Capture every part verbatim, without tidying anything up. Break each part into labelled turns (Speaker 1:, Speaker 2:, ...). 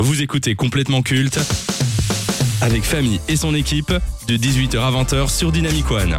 Speaker 1: Vous écoutez Complètement Culte avec Famille et son équipe de dix-huit heures à vingt heures sur Dynamic One.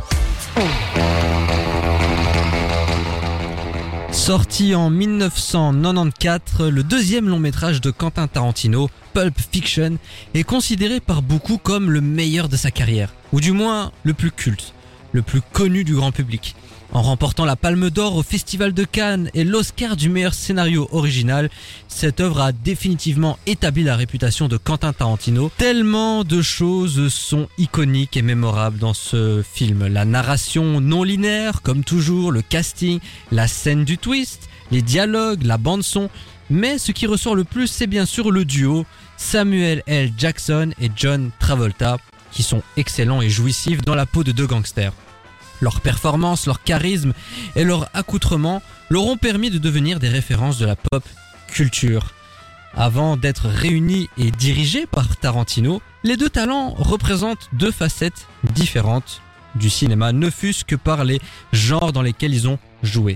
Speaker 2: Sorti en dix-neuf cent quatre-vingt-quatorze, le deuxième long métrage de Quentin Tarantino, Pulp Fiction, est considéré par beaucoup comme le meilleur de sa carrière, ou du moins le plus culte, le plus connu du grand public. En remportant la Palme d'Or au Festival de Cannes et l'Oscar du meilleur scénario original, cette œuvre a définitivement établi la réputation de Quentin Tarantino. Tellement de choses sont iconiques et mémorables dans ce film. La narration non linéaire, comme toujours, le casting, la scène du twist, les dialogues, la bande-son. Mais ce qui ressort le plus, c'est bien sûr le duo Samuel L. Jackson et John Travolta, qui sont excellents et jouissifs dans la peau de deux gangsters. Leur performance, leur charisme et leur accoutrement leur ont permis de devenir des références de la pop culture. Avant d'être réunis et dirigés par Tarantino, les deux talents représentent deux facettes différentes du cinéma, ne fût-ce que par les genres dans lesquels ils ont joué.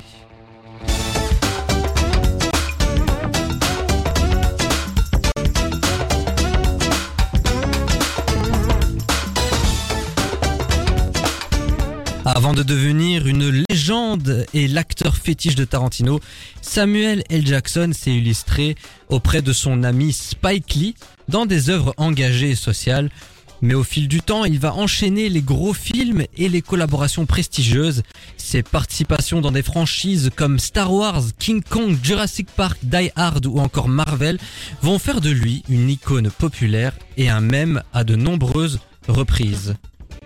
Speaker 2: Avant de devenir une légende et l'acteur fétiche de Tarantino, Samuel L. Jackson s'est illustré auprès de son ami Spike Lee dans des œuvres engagées et sociales. Mais au fil du temps, il va enchaîner les gros films et les collaborations prestigieuses. Ses participations dans des franchises comme Star Wars, King Kong, Jurassic Park, Die Hard ou encore Marvel vont faire de lui une icône populaire et un mème à de nombreuses reprises.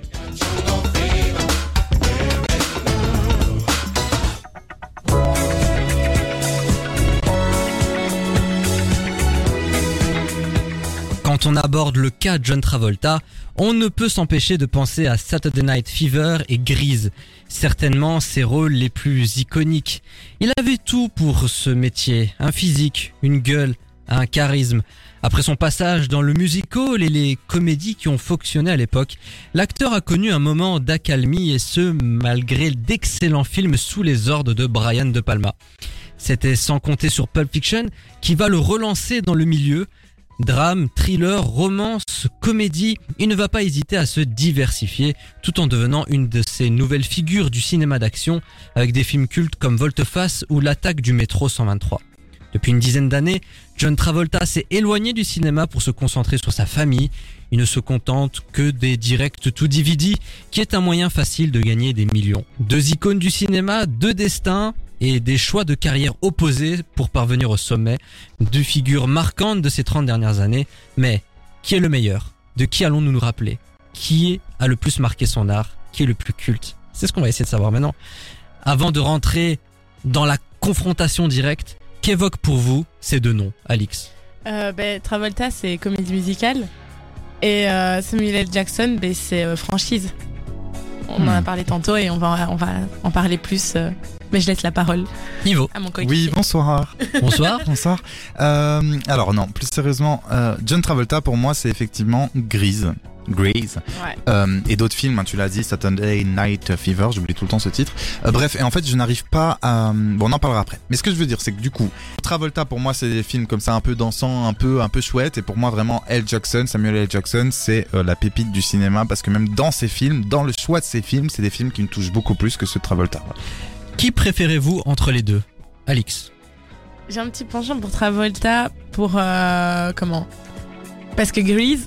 Speaker 2: Quand on aborde le cas John Travolta, on ne peut s'empêcher de penser à Saturday Night Fever et Grease, certainement ses rôles les plus iconiques. Il avait tout pour ce métier, un physique, une gueule, un charisme. Après son passage dans le musical et les comédies qui ont fonctionné à l'époque, l'acteur a connu un moment d'accalmie et ce, malgré d'excellents films sous les ordres de Brian De Palma. C'était sans compter sur Pulp Fiction qui va le relancer dans le milieu. Drame, thriller, romance, comédie, il ne va pas hésiter à se diversifier tout en devenant une de ces nouvelles figures du cinéma d'action avec des films cultes comme Volte-Face ou L'attaque du métro cent vingt-trois. Depuis une dizaine d'années, John Travolta s'est éloigné du cinéma pour se concentrer sur sa famille. Il ne se contente que des directs to D V D, qui est un moyen facile de gagner des millions. Deux icônes du cinéma, deux destins et des choix de carrière opposés pour parvenir au sommet. Deux figures marquantes de ces trente dernières années. Mais qui est le meilleur ? De qui allons-nous nous rappeler ? Qui a le plus marqué son art ? Qui est le plus culte ? C'est ce qu'on va essayer de savoir maintenant. Avant de rentrer dans la confrontation directe, qu'évoquent pour vous ces deux noms, Alix ?
Speaker 3: euh, ben, Travolta, c'est comédie musicale. Et euh, Samuel L. Jackson, ben, c'est euh, franchise. On hmm. en a parlé tantôt et on va, on va en parler plus. Euh, mais je laisse la parole
Speaker 2: Ivo.
Speaker 3: à mon coéquipier.
Speaker 4: Oui, bonsoir.
Speaker 2: Bonsoir.
Speaker 4: Bonsoir. Euh, alors non, plus sérieusement, euh, John Travolta pour moi c'est effectivement Grease. Grease.
Speaker 3: Ouais.
Speaker 4: Euh, et d'autres films, hein, tu l'as dit, Saturday Night Fever, j'oublie tout le temps ce titre. Euh, bref, et en fait je n'arrive pas à... Bon, on en parlera après. Mais ce que je veux dire, c'est que du coup, Travolta pour moi c'est des films comme ça un peu dansants, un peu un peu chouettes. Et pour moi vraiment L. Jackson, Samuel L. Jackson, c'est euh, la pépite du cinéma. Parce que même dans ses films, dans le choix de ses films, c'est des films qui me touchent beaucoup plus que ceux de Travolta.
Speaker 2: Qui préférez-vous entre les deux ? Alix.
Speaker 3: J'ai un petit penchant pour Travolta pour... Euh, comment ? Parce que Grease,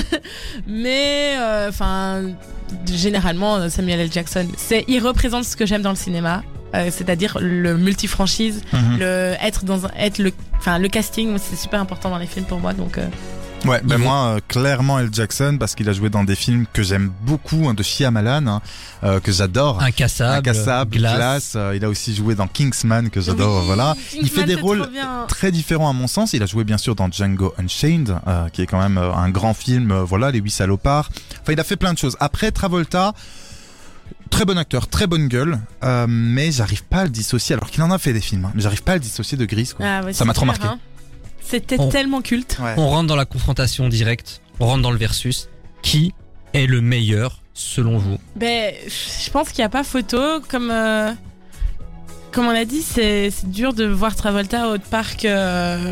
Speaker 3: mais enfin euh, généralement Samuel L. Jackson, c'est il représente ce que j'aime dans le cinéma, euh, c'est-à-dire le multi-franchise, mm-hmm. le être dans un, être le, enfin le casting, c'est super important dans les films pour moi, donc. Euh,
Speaker 4: Ouais, ben moi, euh, clairement L. Jackson, parce qu'il a joué dans des films que j'aime beaucoup, hein, de Shyamalan, hein, euh, que j'adore.
Speaker 2: Incassable,
Speaker 4: Incassable,
Speaker 2: Glace.
Speaker 4: Glace. Euh, il a aussi joué dans Kingsman, que j'adore.
Speaker 3: Oui,
Speaker 4: voilà.
Speaker 3: Kingsman,
Speaker 4: il fait des rôles très différents à mon sens. Il a joué bien sûr dans Django Unchained, euh, qui est quand même euh, un grand film. Euh, voilà, Les Huit Salopards. Enfin, il a fait plein de choses. Après, Travolta. Très bon acteur, très bonne gueule, euh, mais j'arrive pas à le dissocier, alors qu'il en a fait des films, hein, mais j'arrive pas à le dissocier de Grease, quoi.
Speaker 3: Ah ouais,
Speaker 4: ça m'a trop
Speaker 3: clair,
Speaker 4: marqué.
Speaker 3: Hein. C'était
Speaker 2: on,
Speaker 3: tellement culte.
Speaker 4: Ouais.
Speaker 2: On rentre dans la confrontation directe, on rentre dans le versus. Qui est le meilleur selon vous ?
Speaker 3: Ben, je pense qu'il n'y a pas photo. Comme, euh, comme on l'a dit, c'est, c'est dur de voir Travolta au Park. Euh,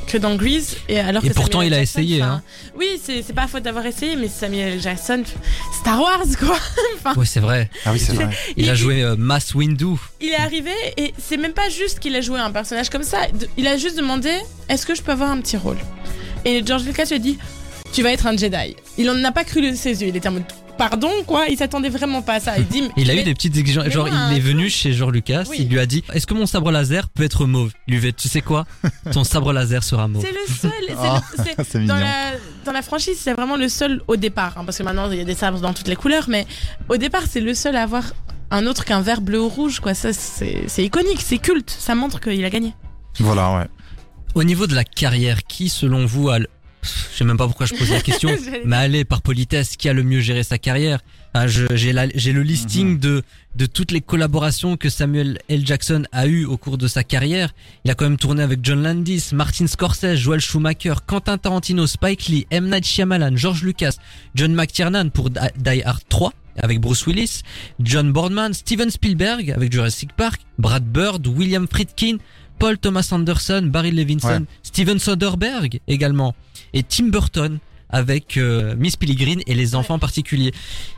Speaker 3: que dans Grease. Et, alors
Speaker 2: Et
Speaker 3: que
Speaker 2: pourtant,
Speaker 3: Samuel
Speaker 2: il a
Speaker 3: Jackson,
Speaker 2: essayé,
Speaker 3: enfin,
Speaker 2: hein.
Speaker 3: Oui, c'est, c'est pas faute d'avoir essayé, mais Samuel Jackson, Star Wars, quoi. Enfin,
Speaker 2: Ouais, c'est vrai.
Speaker 4: Ah oui, c'est vrai.
Speaker 2: Il a joué euh, Mace Windu.
Speaker 3: il est arrivé et c'est même pas juste qu'il a joué un personnage comme ça. De- Il a juste demandé est-ce que je peux avoir un petit rôle. Et George Lucas lui a dit tu vas être un Jedi. Il en a pas cru de ses yeux. Il était en mode pardon quoi. Il s'attendait vraiment pas à ça. Il dit
Speaker 2: Il a
Speaker 3: mais-
Speaker 2: eu des petites exigences.
Speaker 3: mais
Speaker 2: Genre,
Speaker 3: moi,
Speaker 2: il est
Speaker 3: un
Speaker 2: venu chez George Lucas.
Speaker 3: Oui.
Speaker 2: Il lui a dit est-ce que mon sabre laser peut être mauve? Il lui a dit tu sais quoi? Ton sabre laser sera mauve.
Speaker 3: C'est le seul. c'est
Speaker 4: Ah,
Speaker 3: le- c'est-
Speaker 4: c'est
Speaker 3: dans,
Speaker 4: mignon.
Speaker 3: la, dans la franchise, c'est vraiment le seul au départ. hein, parce que maintenant, il y a des sabres dans toutes les couleurs. Mais au départ, c'est le seul à avoir un autre qu'un vert bleu ou rouge. Quoi. Ça, c'est, c'est iconique, c'est culte. Ça montre qu'il a gagné.
Speaker 4: Voilà, ouais.
Speaker 2: Au niveau de la carrière, qui selon vous a le... Pff, je sais même pas pourquoi je pose la question,
Speaker 3: J'allais
Speaker 2: mais allez, par politesse, qui a le mieux géré sa carrière? Enfin, je- j'ai, la- j'ai le listing
Speaker 4: Mhm.
Speaker 2: de, de toutes les collaborations que Samuel L. Jackson a eues au cours de sa carrière. Il a quand même tourné avec John Landis, Martin Scorsese, Joel Schumacher, Quentin Tarantino, Spike Lee, M. Night Shyamalan, George Lucas, John McTiernan pour Die Die Hard trois avec Bruce Willis, John Boorman, Steven Spielberg avec Jurassic Park, Brad Bird, William Friedkin, Paul Thomas Anderson, Barry Levinson,
Speaker 4: Ouais.
Speaker 2: Steven Soderbergh également, et Tim Burton avec euh, Miss Peregrine et les enfants particuliers.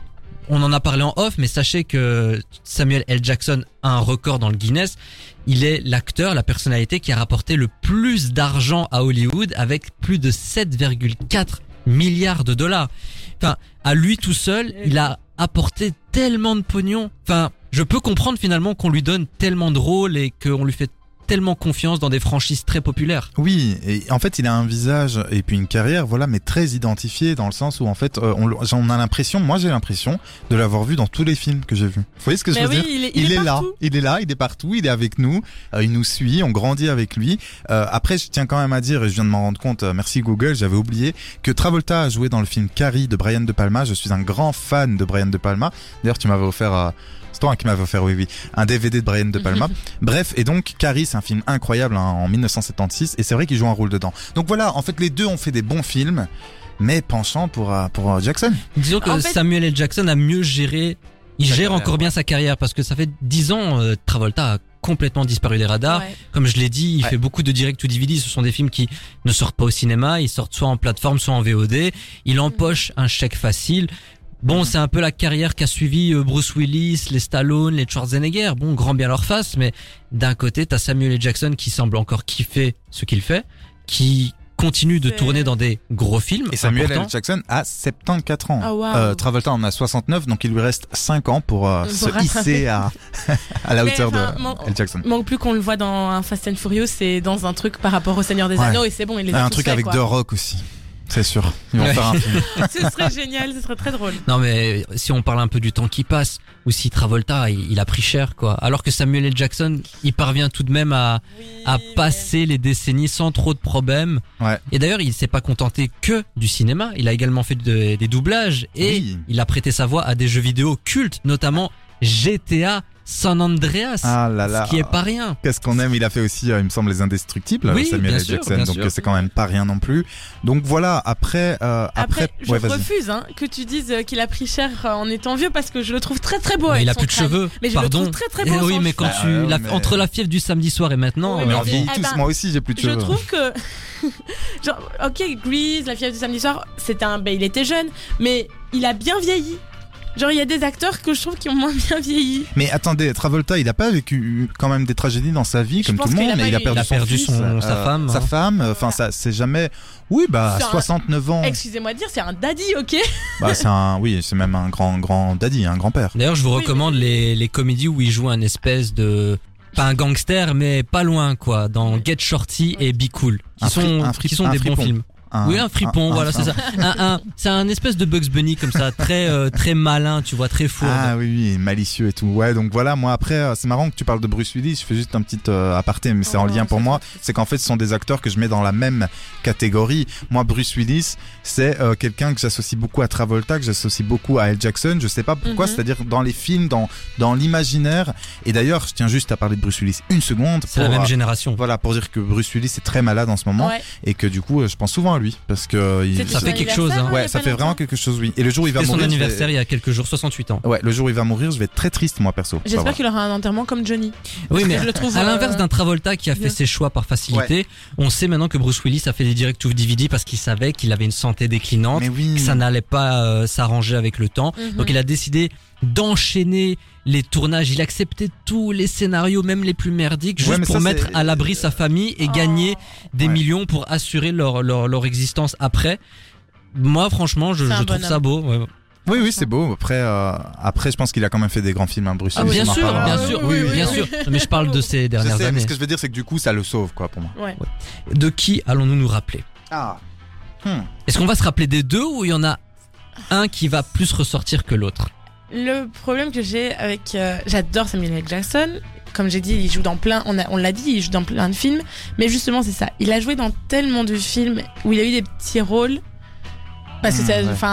Speaker 2: On en a parlé en off, mais sachez que Samuel L. Jackson a un record dans le Guinness. Il est l'acteur, la personnalité qui a rapporté le plus d'argent à Hollywood avec plus de sept virgule quatre milliards de dollars. Enfin, à lui tout seul, il a apporté tellement de pognon. Enfin, je peux comprendre finalement qu'on lui donne tellement de rôles et qu'on lui fait tellement confiance dans des franchises très populaires.
Speaker 4: Oui, et en fait, il a un visage et puis une carrière, voilà, mais très identifié dans le sens où en fait, euh, on, l- on a l'impression, moi j'ai l'impression de l'avoir vu dans tous les films que j'ai vus. Vous voyez ce que je
Speaker 3: Mais
Speaker 4: veux
Speaker 3: oui,
Speaker 4: dire
Speaker 3: il est, il est
Speaker 4: là,
Speaker 3: partout.
Speaker 4: il est là, il est partout, il est avec nous, euh, il nous suit, on grandit avec lui. Euh, après, je tiens quand même à dire, et je viens de m'en rendre compte, euh, merci Google, j'avais oublié que Travolta a joué dans le film Carrie de Brian De Palma. Je suis un grand fan de Brian De Palma. D'ailleurs, tu m'avais offert euh, c'est toi qui m'avait offert, oui, oui, un D V D de Brian De Palma. Bref, et donc Carrie, c'est un film incroyable hein, en dix-neuf cent soixante-seize, et c'est vrai qu'il joue un rôle dedans. Donc voilà, en fait, les deux ont fait des bons films, mais penchant pour euh, pour euh, Jackson.
Speaker 2: Disons que
Speaker 3: En fait-
Speaker 2: Samuel L. Jackson a mieux géré, il
Speaker 4: Sa
Speaker 2: gère
Speaker 4: carrière,
Speaker 2: encore bien sa carrière parce que ça fait dix ans, euh, Travolta a complètement disparu des radars.
Speaker 3: Ouais.
Speaker 2: Comme je l'ai dit, il
Speaker 4: Ouais.
Speaker 2: fait beaucoup de direct to D V D. Ce sont des films qui ne sortent pas au cinéma, ils sortent soit en plateforme, soit en V O D. Il empoche un chèque facile. Bon, c'est un peu la carrière qu'a suivi euh, Bruce Willis, les Stallone, les Schwarzenegger. Bon, grand bien leur face, mais d'un côté, t'as Samuel L. Jackson qui semble encore kiffer ce qu'il fait, qui continue de
Speaker 3: C'est-
Speaker 2: tourner dans des gros films.
Speaker 4: Et Samuel L.
Speaker 2: importants.
Speaker 4: Jackson a soixante-quatorze ans.
Speaker 3: Ah, waouh.
Speaker 4: Euh, Travolta en a soixante-neuf, donc il lui reste cinq ans pour, euh,
Speaker 3: Pour
Speaker 4: se
Speaker 3: rattraper.
Speaker 4: hisser à, à la
Speaker 3: Mais,
Speaker 4: hauteur
Speaker 3: enfin,
Speaker 4: de
Speaker 3: mon-
Speaker 4: L. Jackson.
Speaker 3: Manque plus qu'on le voit dans un Fast and Furious, c'est dans un truc par rapport au Seigneur des
Speaker 4: Ouais.
Speaker 3: Anneaux et c'est bon, il les a
Speaker 4: Un
Speaker 3: tous
Speaker 4: truc
Speaker 3: faits,
Speaker 4: avec
Speaker 3: quoi.
Speaker 4: The Rock aussi. C'est sûr. Ils vont
Speaker 2: Ouais.
Speaker 4: faire un film.
Speaker 3: Ce serait génial, ce serait très drôle.
Speaker 2: Non mais si on parle un peu du temps qui passe, ou si Travolta il, il a pris cher quoi, alors que Samuel L. Jackson il parvient tout de même à, à passer les décennies sans trop de problèmes.
Speaker 4: Ouais.
Speaker 2: Et d'ailleurs il s'est pas contenté que du cinéma, il a également fait de- des doublages et
Speaker 4: Oui.
Speaker 2: il a prêté sa voix à des jeux vidéo cultes, notamment G T A San Andreas,
Speaker 4: Ah là là.
Speaker 2: ce qui est pas rien.
Speaker 4: Qu'est-ce qu'on aime. Il a fait aussi, euh, il me semble, Les Indestructibles,
Speaker 2: Oui,
Speaker 4: Samuel
Speaker 2: bien
Speaker 4: L.
Speaker 2: sûr,
Speaker 4: Jackson.
Speaker 2: bien
Speaker 4: donc
Speaker 2: sûr.
Speaker 4: euh, c'est quand même pas rien non plus. Donc voilà. Après, euh,
Speaker 3: Après,
Speaker 4: après,
Speaker 3: je
Speaker 4: ouais, vas-y.
Speaker 3: refuse hein, que tu dises euh, qu'il a pris cher euh, en étant vieux parce que je le trouve très très beau.
Speaker 2: Mais
Speaker 3: avec
Speaker 2: il a
Speaker 3: son
Speaker 2: plus de
Speaker 3: crâne.
Speaker 2: cheveux,
Speaker 3: Mais je
Speaker 2: pardon.
Speaker 3: le trouve très très
Speaker 2: Eh
Speaker 3: beau.
Speaker 2: oui
Speaker 3: sans
Speaker 2: mais quand
Speaker 3: cheveux.
Speaker 2: tu
Speaker 4: Ah ouais,
Speaker 2: la-
Speaker 4: mais-
Speaker 2: entre la fièvre du samedi soir et maintenant,
Speaker 3: Oui,
Speaker 2: euh,
Speaker 4: Mais on
Speaker 3: mais-
Speaker 4: vieillit
Speaker 3: eh
Speaker 4: tous.
Speaker 3: ben,
Speaker 4: Moi aussi, j'ai plus de
Speaker 3: Je
Speaker 4: cheveux.
Speaker 3: trouve que, genre, ok, Grease, La fièvre du samedi soir, c'était un, ben, il était jeune, mais il a bien vieilli. Genre, il y a des acteurs que je trouve qui ont moins bien vieilli.
Speaker 4: Mais attendez, Travolta, il a pas vécu quand même des tragédies dans sa vie,
Speaker 3: Je
Speaker 4: comme
Speaker 3: pense
Speaker 4: tout le
Speaker 3: qu'il
Speaker 4: monde,
Speaker 3: a
Speaker 4: mais
Speaker 3: pas
Speaker 4: il a
Speaker 3: eu-
Speaker 4: perdu,
Speaker 2: Il a
Speaker 4: son,
Speaker 2: perdu
Speaker 4: fils,
Speaker 2: son- sa femme,
Speaker 4: sa
Speaker 2: hein.
Speaker 4: femme. Enfin, ça, c'est jamais. Oui, bah,
Speaker 3: C'est un-
Speaker 4: soixante-neuf ans.
Speaker 3: Excusez-moi de dire, c'est un daddy, ok.
Speaker 4: Bah, c'est un, oui, c'est même un grand, grand daddy, un grand-père.
Speaker 2: D'ailleurs, je vous
Speaker 3: Oui,
Speaker 2: recommande
Speaker 3: mais-
Speaker 2: les, les comédies où il joue un espèce de, pas un gangster, mais pas loin, quoi, dans Get Shorty et Be Cool, qui
Speaker 4: Un
Speaker 2: sont,
Speaker 4: fri- un fri-
Speaker 2: qui sont
Speaker 4: un
Speaker 2: des bons
Speaker 4: fripon.
Speaker 2: films.
Speaker 4: Un-
Speaker 2: Oui, un fripon,
Speaker 4: un-
Speaker 2: voilà,
Speaker 4: un-
Speaker 2: c'est ça. Un, un, c'est un espèce de Bugs Bunny comme ça, très, euh, très malin, tu vois, très fourbe.
Speaker 4: Ah oui, oui, malicieux et tout. Ouais, donc voilà, moi après, euh, c'est marrant que tu parles de Bruce Willis, je fais juste un petit euh, aparté, mais c'est en
Speaker 3: Oh,
Speaker 4: lien pour
Speaker 3: ça
Speaker 4: moi.
Speaker 3: fait triste.
Speaker 4: C'est qu'en fait, ce sont des acteurs que je mets dans la même catégorie. Moi, Bruce Willis, c'est euh, quelqu'un que j'associe beaucoup à Travolta, que j'associe beaucoup à L. Jackson. Je sais pas pourquoi,
Speaker 3: Mhm.
Speaker 4: c'est-à-dire dans les films, dans, dans l'imaginaire. Et d'ailleurs, je tiens juste à parler de Bruce Willis une seconde.
Speaker 2: C'est la
Speaker 4: pour,
Speaker 2: même
Speaker 4: euh,
Speaker 2: génération.
Speaker 4: Voilà, pour dire que Bruce Willis est très malade en ce moment
Speaker 3: Ouais.
Speaker 4: et que du coup, euh, je pense souvent à lui. lui parce que il,
Speaker 3: C'est
Speaker 2: ça
Speaker 3: son
Speaker 2: fait quelque chose, hein.
Speaker 3: anniversaire, il y
Speaker 4: ouais,
Speaker 3: a
Speaker 4: ça
Speaker 3: pas
Speaker 4: fait
Speaker 3: longtemps.
Speaker 4: vraiment quelque chose, oui. Et le jour où il va
Speaker 2: C'est son
Speaker 4: mourir, je vais-
Speaker 2: anniversaire il y a quelques jours, soixante-huit ans.
Speaker 4: Ouais, le jour où il va mourir, je vais être très triste moi perso. Enfin,
Speaker 3: J'espère
Speaker 4: voilà.
Speaker 3: qu'il aura un enterrement comme Johnny.
Speaker 2: Oui, mais
Speaker 3: Je le trouve,
Speaker 2: à l'inverse
Speaker 3: euh,
Speaker 2: d'un Travolta qui a fait
Speaker 3: bien.
Speaker 2: ses choix par facilité, on sait maintenant que Bruce Willis a fait des direct to D V D parce qu'il savait qu'il avait une santé déclinante,
Speaker 4: Mais oui.
Speaker 2: que ça n'allait pas euh, s'arranger avec le temps.
Speaker 3: Mhm.
Speaker 2: Donc il a décidé d'enchaîner les tournages. Il acceptait tous les scénarios, même les plus merdiques, juste
Speaker 4: Ouais, mais
Speaker 2: pour
Speaker 4: ça,
Speaker 2: mettre
Speaker 4: c'est-
Speaker 2: à l'abri sa famille et
Speaker 3: Oh.
Speaker 2: gagner des
Speaker 4: Ouais.
Speaker 2: millions pour assurer leur, leur, leur existence après. Moi, franchement, je,
Speaker 3: C'est un
Speaker 2: je trouve
Speaker 3: bonhomme.
Speaker 2: ça beau. ouais.
Speaker 4: Oui, oui, c'est beau. Après, euh, après, je pense qu'il a quand même fait des grands films, hein, Bruce
Speaker 2: Ah,
Speaker 4: Willis,
Speaker 2: bien
Speaker 4: on en
Speaker 2: sûr,
Speaker 4: parlera.
Speaker 2: bien
Speaker 3: Ah,
Speaker 2: sûr,
Speaker 3: oui,
Speaker 2: oui,
Speaker 3: oui,
Speaker 2: bien
Speaker 3: oui.
Speaker 2: sûr. Mais je parle de ces
Speaker 4: Je
Speaker 2: dernières
Speaker 4: sais, mais
Speaker 2: années.
Speaker 4: ce que je veux dire, c'est que du coup, ça le sauve, quoi, pour moi.
Speaker 3: Ouais.
Speaker 2: De qui allons-nous nous rappeler?
Speaker 4: Ah. Hmm.
Speaker 2: Est-ce qu'on va se rappeler des deux ou il y en a un qui va plus ressortir que l'autre?
Speaker 3: Le problème que j'ai avec, euh, j'adore Samuel L. Jackson. Comme j'ai dit, il joue dans plein, on, a- on l'a dit, il joue dans plein de films. Mais justement, c'est ça. Il a joué dans tellement de films où il a eu des petits rôles. Parce que
Speaker 4: Mmh,
Speaker 3: ça,
Speaker 4: ouais.
Speaker 3: enfin,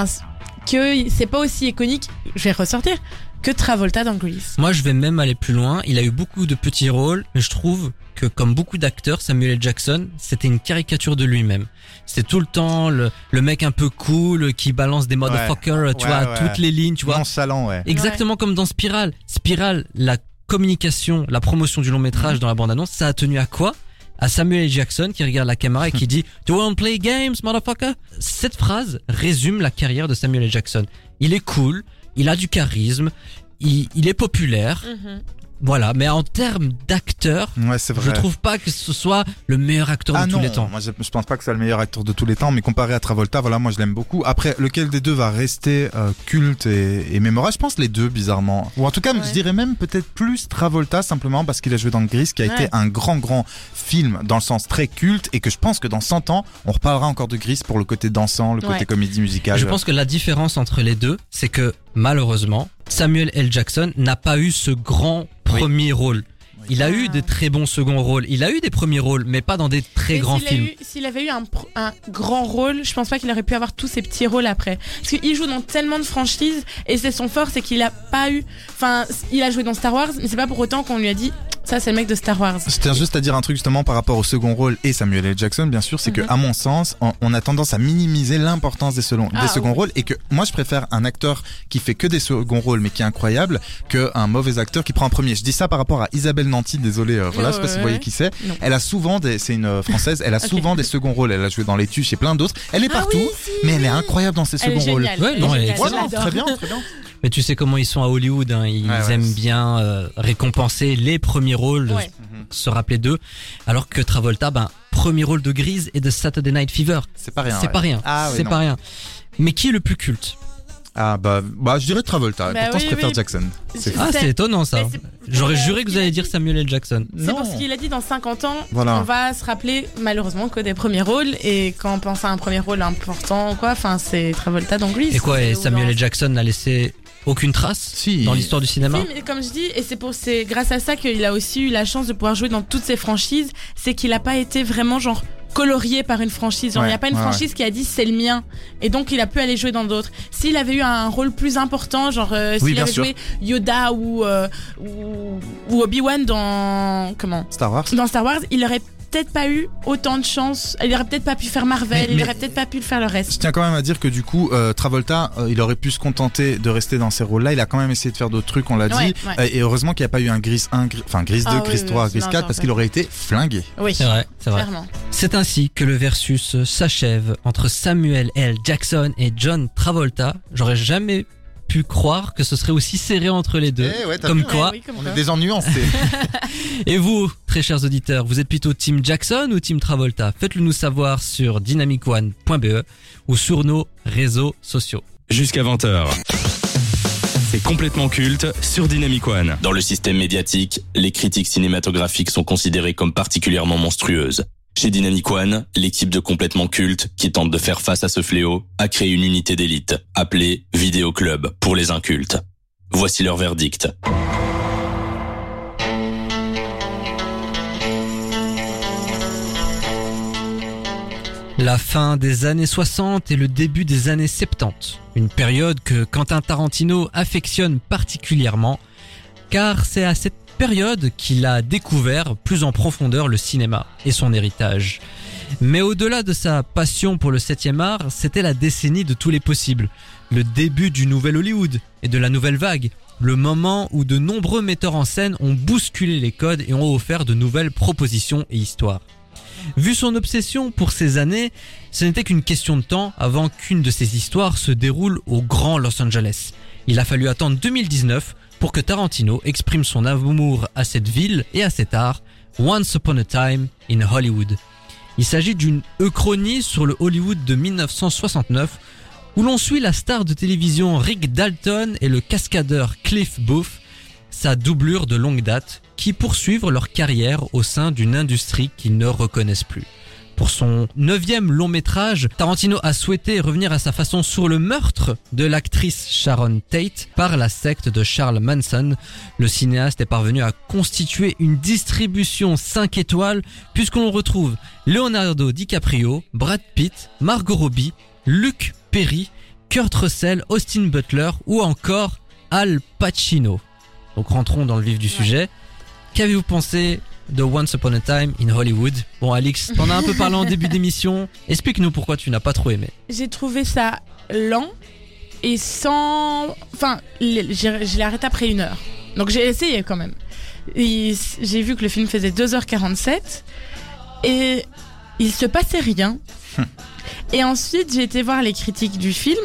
Speaker 3: que c'est pas aussi iconique. Je vais ressortir que Travolta dans Grease.
Speaker 2: Moi, je vais même aller plus loin. Il a eu beaucoup de petits rôles, mais je trouve que comme beaucoup d'acteurs, Samuel L. Jackson, c'était une caricature de lui-même. C'était tout le temps le, le mec un peu cool qui balance des motherfuckers, tu
Speaker 4: Ouais,
Speaker 2: vois, à
Speaker 4: ouais.
Speaker 2: toutes les lignes, tu vois.
Speaker 4: Nonchalant, ouais.
Speaker 2: Exactement comme dans Spiral. Spiral, la communication, la promotion du long métrage
Speaker 4: Mhm.
Speaker 2: dans la bande-annonce, ça a tenu à quoi? À Samuel L. Jackson qui regarde la caméra et qui dit "Do you want to play games, motherfucker?" Cette phrase résume la carrière de Samuel L. Jackson. Il est cool, il a du charisme, il, il est populaire,
Speaker 3: Mhm.
Speaker 2: voilà. Mais en termes d'acteur,
Speaker 4: Ouais, c'est vrai.
Speaker 2: je trouve pas que ce soit le meilleur acteur
Speaker 4: Ah
Speaker 2: de
Speaker 4: non,
Speaker 2: tous les temps.
Speaker 4: moi je, je pense pas que c'est le meilleur acteur de tous les temps, mais comparé à Travolta, voilà, moi je l'aime beaucoup. Après, lequel des deux va rester euh, culte et, et mémorable? Je pense les deux, bizarrement. Ou en tout cas,
Speaker 3: Ouais.
Speaker 4: je dirais même peut-être plus Travolta, simplement parce qu'il a joué dans Grease, qui a
Speaker 3: Ouais.
Speaker 4: été un grand, grand film dans le sens très culte, et que je pense que dans cent ans, on reparlera encore de Grease pour le côté dansant, le côté
Speaker 3: Ouais.
Speaker 4: comédie musicale.
Speaker 2: Je pense que la différence entre les deux, c'est que malheureusement, Samuel L. Jackson n'a pas eu ce grand premier rôle. Il a
Speaker 3: Ah.
Speaker 2: eu des très bons seconds rôles. Il a eu des premiers rôles, mais pas dans des très
Speaker 3: Mais
Speaker 2: grands
Speaker 3: s'il a
Speaker 2: films.
Speaker 3: eu- S'il avait eu un, pro- un grand rôle, je pense pas qu'il aurait pu avoir tous ces petits rôles après. Parce qu'il joue dans tellement de franchises et c'est son fort, c'est qu'il a pas eu. Enfin, il a joué dans Star Wars, mais c'est pas pour autant qu'on lui a dit ça, c'est le mec de Star Wars.
Speaker 4: Je tiens juste à dire un truc justement par rapport au second rôle et Samuel L. Jackson, bien sûr, c'est que
Speaker 3: Mhm.
Speaker 4: à mon sens, on, on a tendance à minimiser l'importance des, selon-
Speaker 3: Ah,
Speaker 4: des seconds
Speaker 3: oui.
Speaker 4: rôles, et que moi je préfère un acteur qui fait que des seconds rôles mais qui est incroyable qu'un mauvais acteur qui prend un premier. Je dis ça par rapport à Isabelle Nanty, désolé, euh, voilà,
Speaker 3: Ouais,
Speaker 4: je sais pas si
Speaker 3: ouais,
Speaker 4: vous voyez
Speaker 3: ouais.
Speaker 4: qui c'est.
Speaker 3: Non.
Speaker 4: Elle a souvent des, c'est une euh, française, elle a
Speaker 3: Ok.
Speaker 4: souvent des seconds rôles. Elle a joué dans Les Tuches et plein d'autres. Elle est
Speaker 3: Ah
Speaker 4: partout,
Speaker 3: oui, si,
Speaker 4: mais elle est
Speaker 3: oui.
Speaker 4: incroyable dans ses
Speaker 3: Elle est
Speaker 4: seconds rôles.
Speaker 3: géniale.
Speaker 2: Ouais,
Speaker 3: elle
Speaker 2: non,
Speaker 3: est
Speaker 2: elle est
Speaker 3: géniale,
Speaker 4: Voilà,
Speaker 3: je l'adore.
Speaker 4: très bien, très bien.
Speaker 2: Mais tu sais comment ils sont à Hollywood, hein. Ils
Speaker 4: Ouais, ouais.
Speaker 2: aiment bien euh, récompenser les premiers rôles,
Speaker 3: Ouais.
Speaker 2: se rappeler d'eux. Alors que Travolta, ben, premier rôle de Grease et de Saturday Night Fever.
Speaker 4: C'est pas rien.
Speaker 2: C'est
Speaker 4: ouais.
Speaker 2: pas rien.
Speaker 4: Ah, ouais,
Speaker 2: c'est
Speaker 4: non.
Speaker 2: pas rien. Mais qui est le plus culte?
Speaker 4: Ah bah, bah je dirais Travolta.
Speaker 3: Bah
Speaker 4: Pourtant
Speaker 3: oui,
Speaker 4: je préfère
Speaker 3: oui.
Speaker 4: Jackson. C'est
Speaker 3: Je-
Speaker 2: Ah,
Speaker 3: C'est-
Speaker 2: c'est étonnant ça.
Speaker 3: Mais c'est-
Speaker 2: J'aurais
Speaker 3: pour, euh,
Speaker 2: juré
Speaker 3: ce
Speaker 2: que vous
Speaker 3: qu'il a
Speaker 2: alliez
Speaker 3: dit.
Speaker 2: dire Samuel L. Jackson.
Speaker 3: C'est pour ce qu'il a dit dans cinquante ans.
Speaker 4: Voilà.
Speaker 3: On va se rappeler malheureusement que des premiers rôles et quand on pense à un premier rôle important quoi, enfin c'est Travolta dans Grease.
Speaker 2: Et quoi, et
Speaker 3: Ou
Speaker 2: Samuel
Speaker 3: dans-
Speaker 2: L. Jackson n'a laissé aucune trace
Speaker 4: Si.
Speaker 2: dans l'histoire du cinéma?
Speaker 3: Si, mais comme je dis, et c'est pour c'est grâce à ça qu'il a aussi eu la chance de pouvoir jouer dans toutes ces franchises, c'est qu'il a pas été vraiment genre colorié par une franchise. Genre, il
Speaker 4: Ouais,
Speaker 3: n'y a pas une
Speaker 4: ouais,
Speaker 3: franchise qui a dit c'est le mien. Et donc, il a pu aller jouer dans d'autres. S'il avait eu un rôle plus important, genre, euh,
Speaker 4: Oui,
Speaker 3: s'il
Speaker 4: bien
Speaker 3: avait
Speaker 4: sûr.
Speaker 3: joué Yoda ou, euh, ou, ou Obi-Wan dans, comment?
Speaker 4: Star Wars.
Speaker 3: Dans Star Wars, il aurait peut-être pas eu autant de chance. Il aurait peut-être pas pu faire Marvel.
Speaker 4: Mais-
Speaker 3: il
Speaker 4: mais-
Speaker 3: aurait peut-être pas pu faire le
Speaker 4: Je
Speaker 3: reste.
Speaker 4: tiens quand même à dire que du coup, euh, Travolta, euh, il aurait pu se contenter de rester dans ces rôles-là. Il a quand même essayé de faire d'autres trucs, on l'a
Speaker 3: Ouais,
Speaker 4: dit.
Speaker 3: ouais.
Speaker 4: Euh, et heureusement qu'il n'y a pas eu un Grease un, Gris- enfin Grease
Speaker 3: Ah
Speaker 4: deux,
Speaker 3: oui,
Speaker 4: Grease
Speaker 3: oui,
Speaker 4: trois,
Speaker 3: oui,
Speaker 4: Grease
Speaker 3: non,
Speaker 4: quatre,
Speaker 3: non,
Speaker 4: parce
Speaker 3: ça-
Speaker 4: qu'il aurait été flingué.
Speaker 3: Oui.
Speaker 2: C'est vrai, c'est vrai.
Speaker 3: Clairement.
Speaker 2: C'est ainsi que le versus s'achève entre Samuel L. Jackson et John Travolta. J'aurais jamais pu croire que ce serait aussi serré entre les deux.
Speaker 4: Eh ouais, t'as
Speaker 2: Comme
Speaker 4: vu,
Speaker 2: quoi.
Speaker 3: Ouais, oui, comme
Speaker 4: On
Speaker 3: quoi.
Speaker 4: est des nuancés.
Speaker 2: Et vous, très chers auditeurs, vous êtes plutôt Team Jackson ou Team Travolta? Faites-le nous savoir sur dynamic one point b e ou sur nos réseaux sociaux.
Speaker 1: Jusqu'à vingt heures. C'est complètement culte sur Dynamic One.
Speaker 5: Dans le système médiatique, les critiques cinématographiques sont considérées comme particulièrement monstrueuses. Chez Dynamic One, l'équipe de Complètement Culte, qui tente de faire face à ce fléau, a créé une unité d'élite, appelée Vidéo Club pour les incultes. Voici leur verdict.
Speaker 2: La fin des années soixante et le début des années soixante-dix. Une période que Quentin Tarantino affectionne particulièrement, car c'est à cette période qu'il a découvert plus en profondeur le cinéma et son héritage. Mais au-delà de sa passion pour le septième art, c'était la décennie de tous les possibles. Le début du nouvel Hollywood et de la nouvelle vague. Le moment où de nombreux metteurs en scène ont bousculé les codes et ont offert de nouvelles propositions et histoires. Vu son obsession pour ces années, ce n'était qu'une question de temps avant qu'une de ces histoires se déroule au grand Los Angeles. Il a fallu attendre deux mille dix-neuf pour que Tarantino exprime son amour à cette ville et à cet art, Once Upon a Time in Hollywood. Il s'agit d'une uchronie sur le Hollywood de dix-neuf cent soixante-neuf où l'on suit la star de télévision Rick Dalton et le cascadeur Cliff Booth, sa doublure de longue date, qui poursuivent leur carrière au sein d'une industrie qu'ils ne reconnaissent plus. Pour son neuvième long métrage, Tarantino a souhaité revenir à sa façon sur le meurtre de l'actrice Sharon Tate par la secte de Charles Manson. Le cinéaste est parvenu à constituer une distribution cinq étoiles puisqu'on retrouve Leonardo DiCaprio, Brad Pitt, Margot Robbie, Luke Perry, Kurt Russell, Austin Butler ou encore Al Pacino. Donc rentrons dans le vif du sujet. Qu'avez-vous pensé de Once Upon a Time in Hollywood? Bon, Alix, t'en as un peu parlé en début d'émission. Explique-nous pourquoi tu n'as pas trop aimé.
Speaker 3: J'ai trouvé ça lent et sans... Enfin, j'ai- je l'ai arrêté après une heure. Donc j'ai essayé quand même. Et j'ai vu que le film faisait deux heures quarante-sept et il se passait rien. Et ensuite, j'ai été voir les critiques du film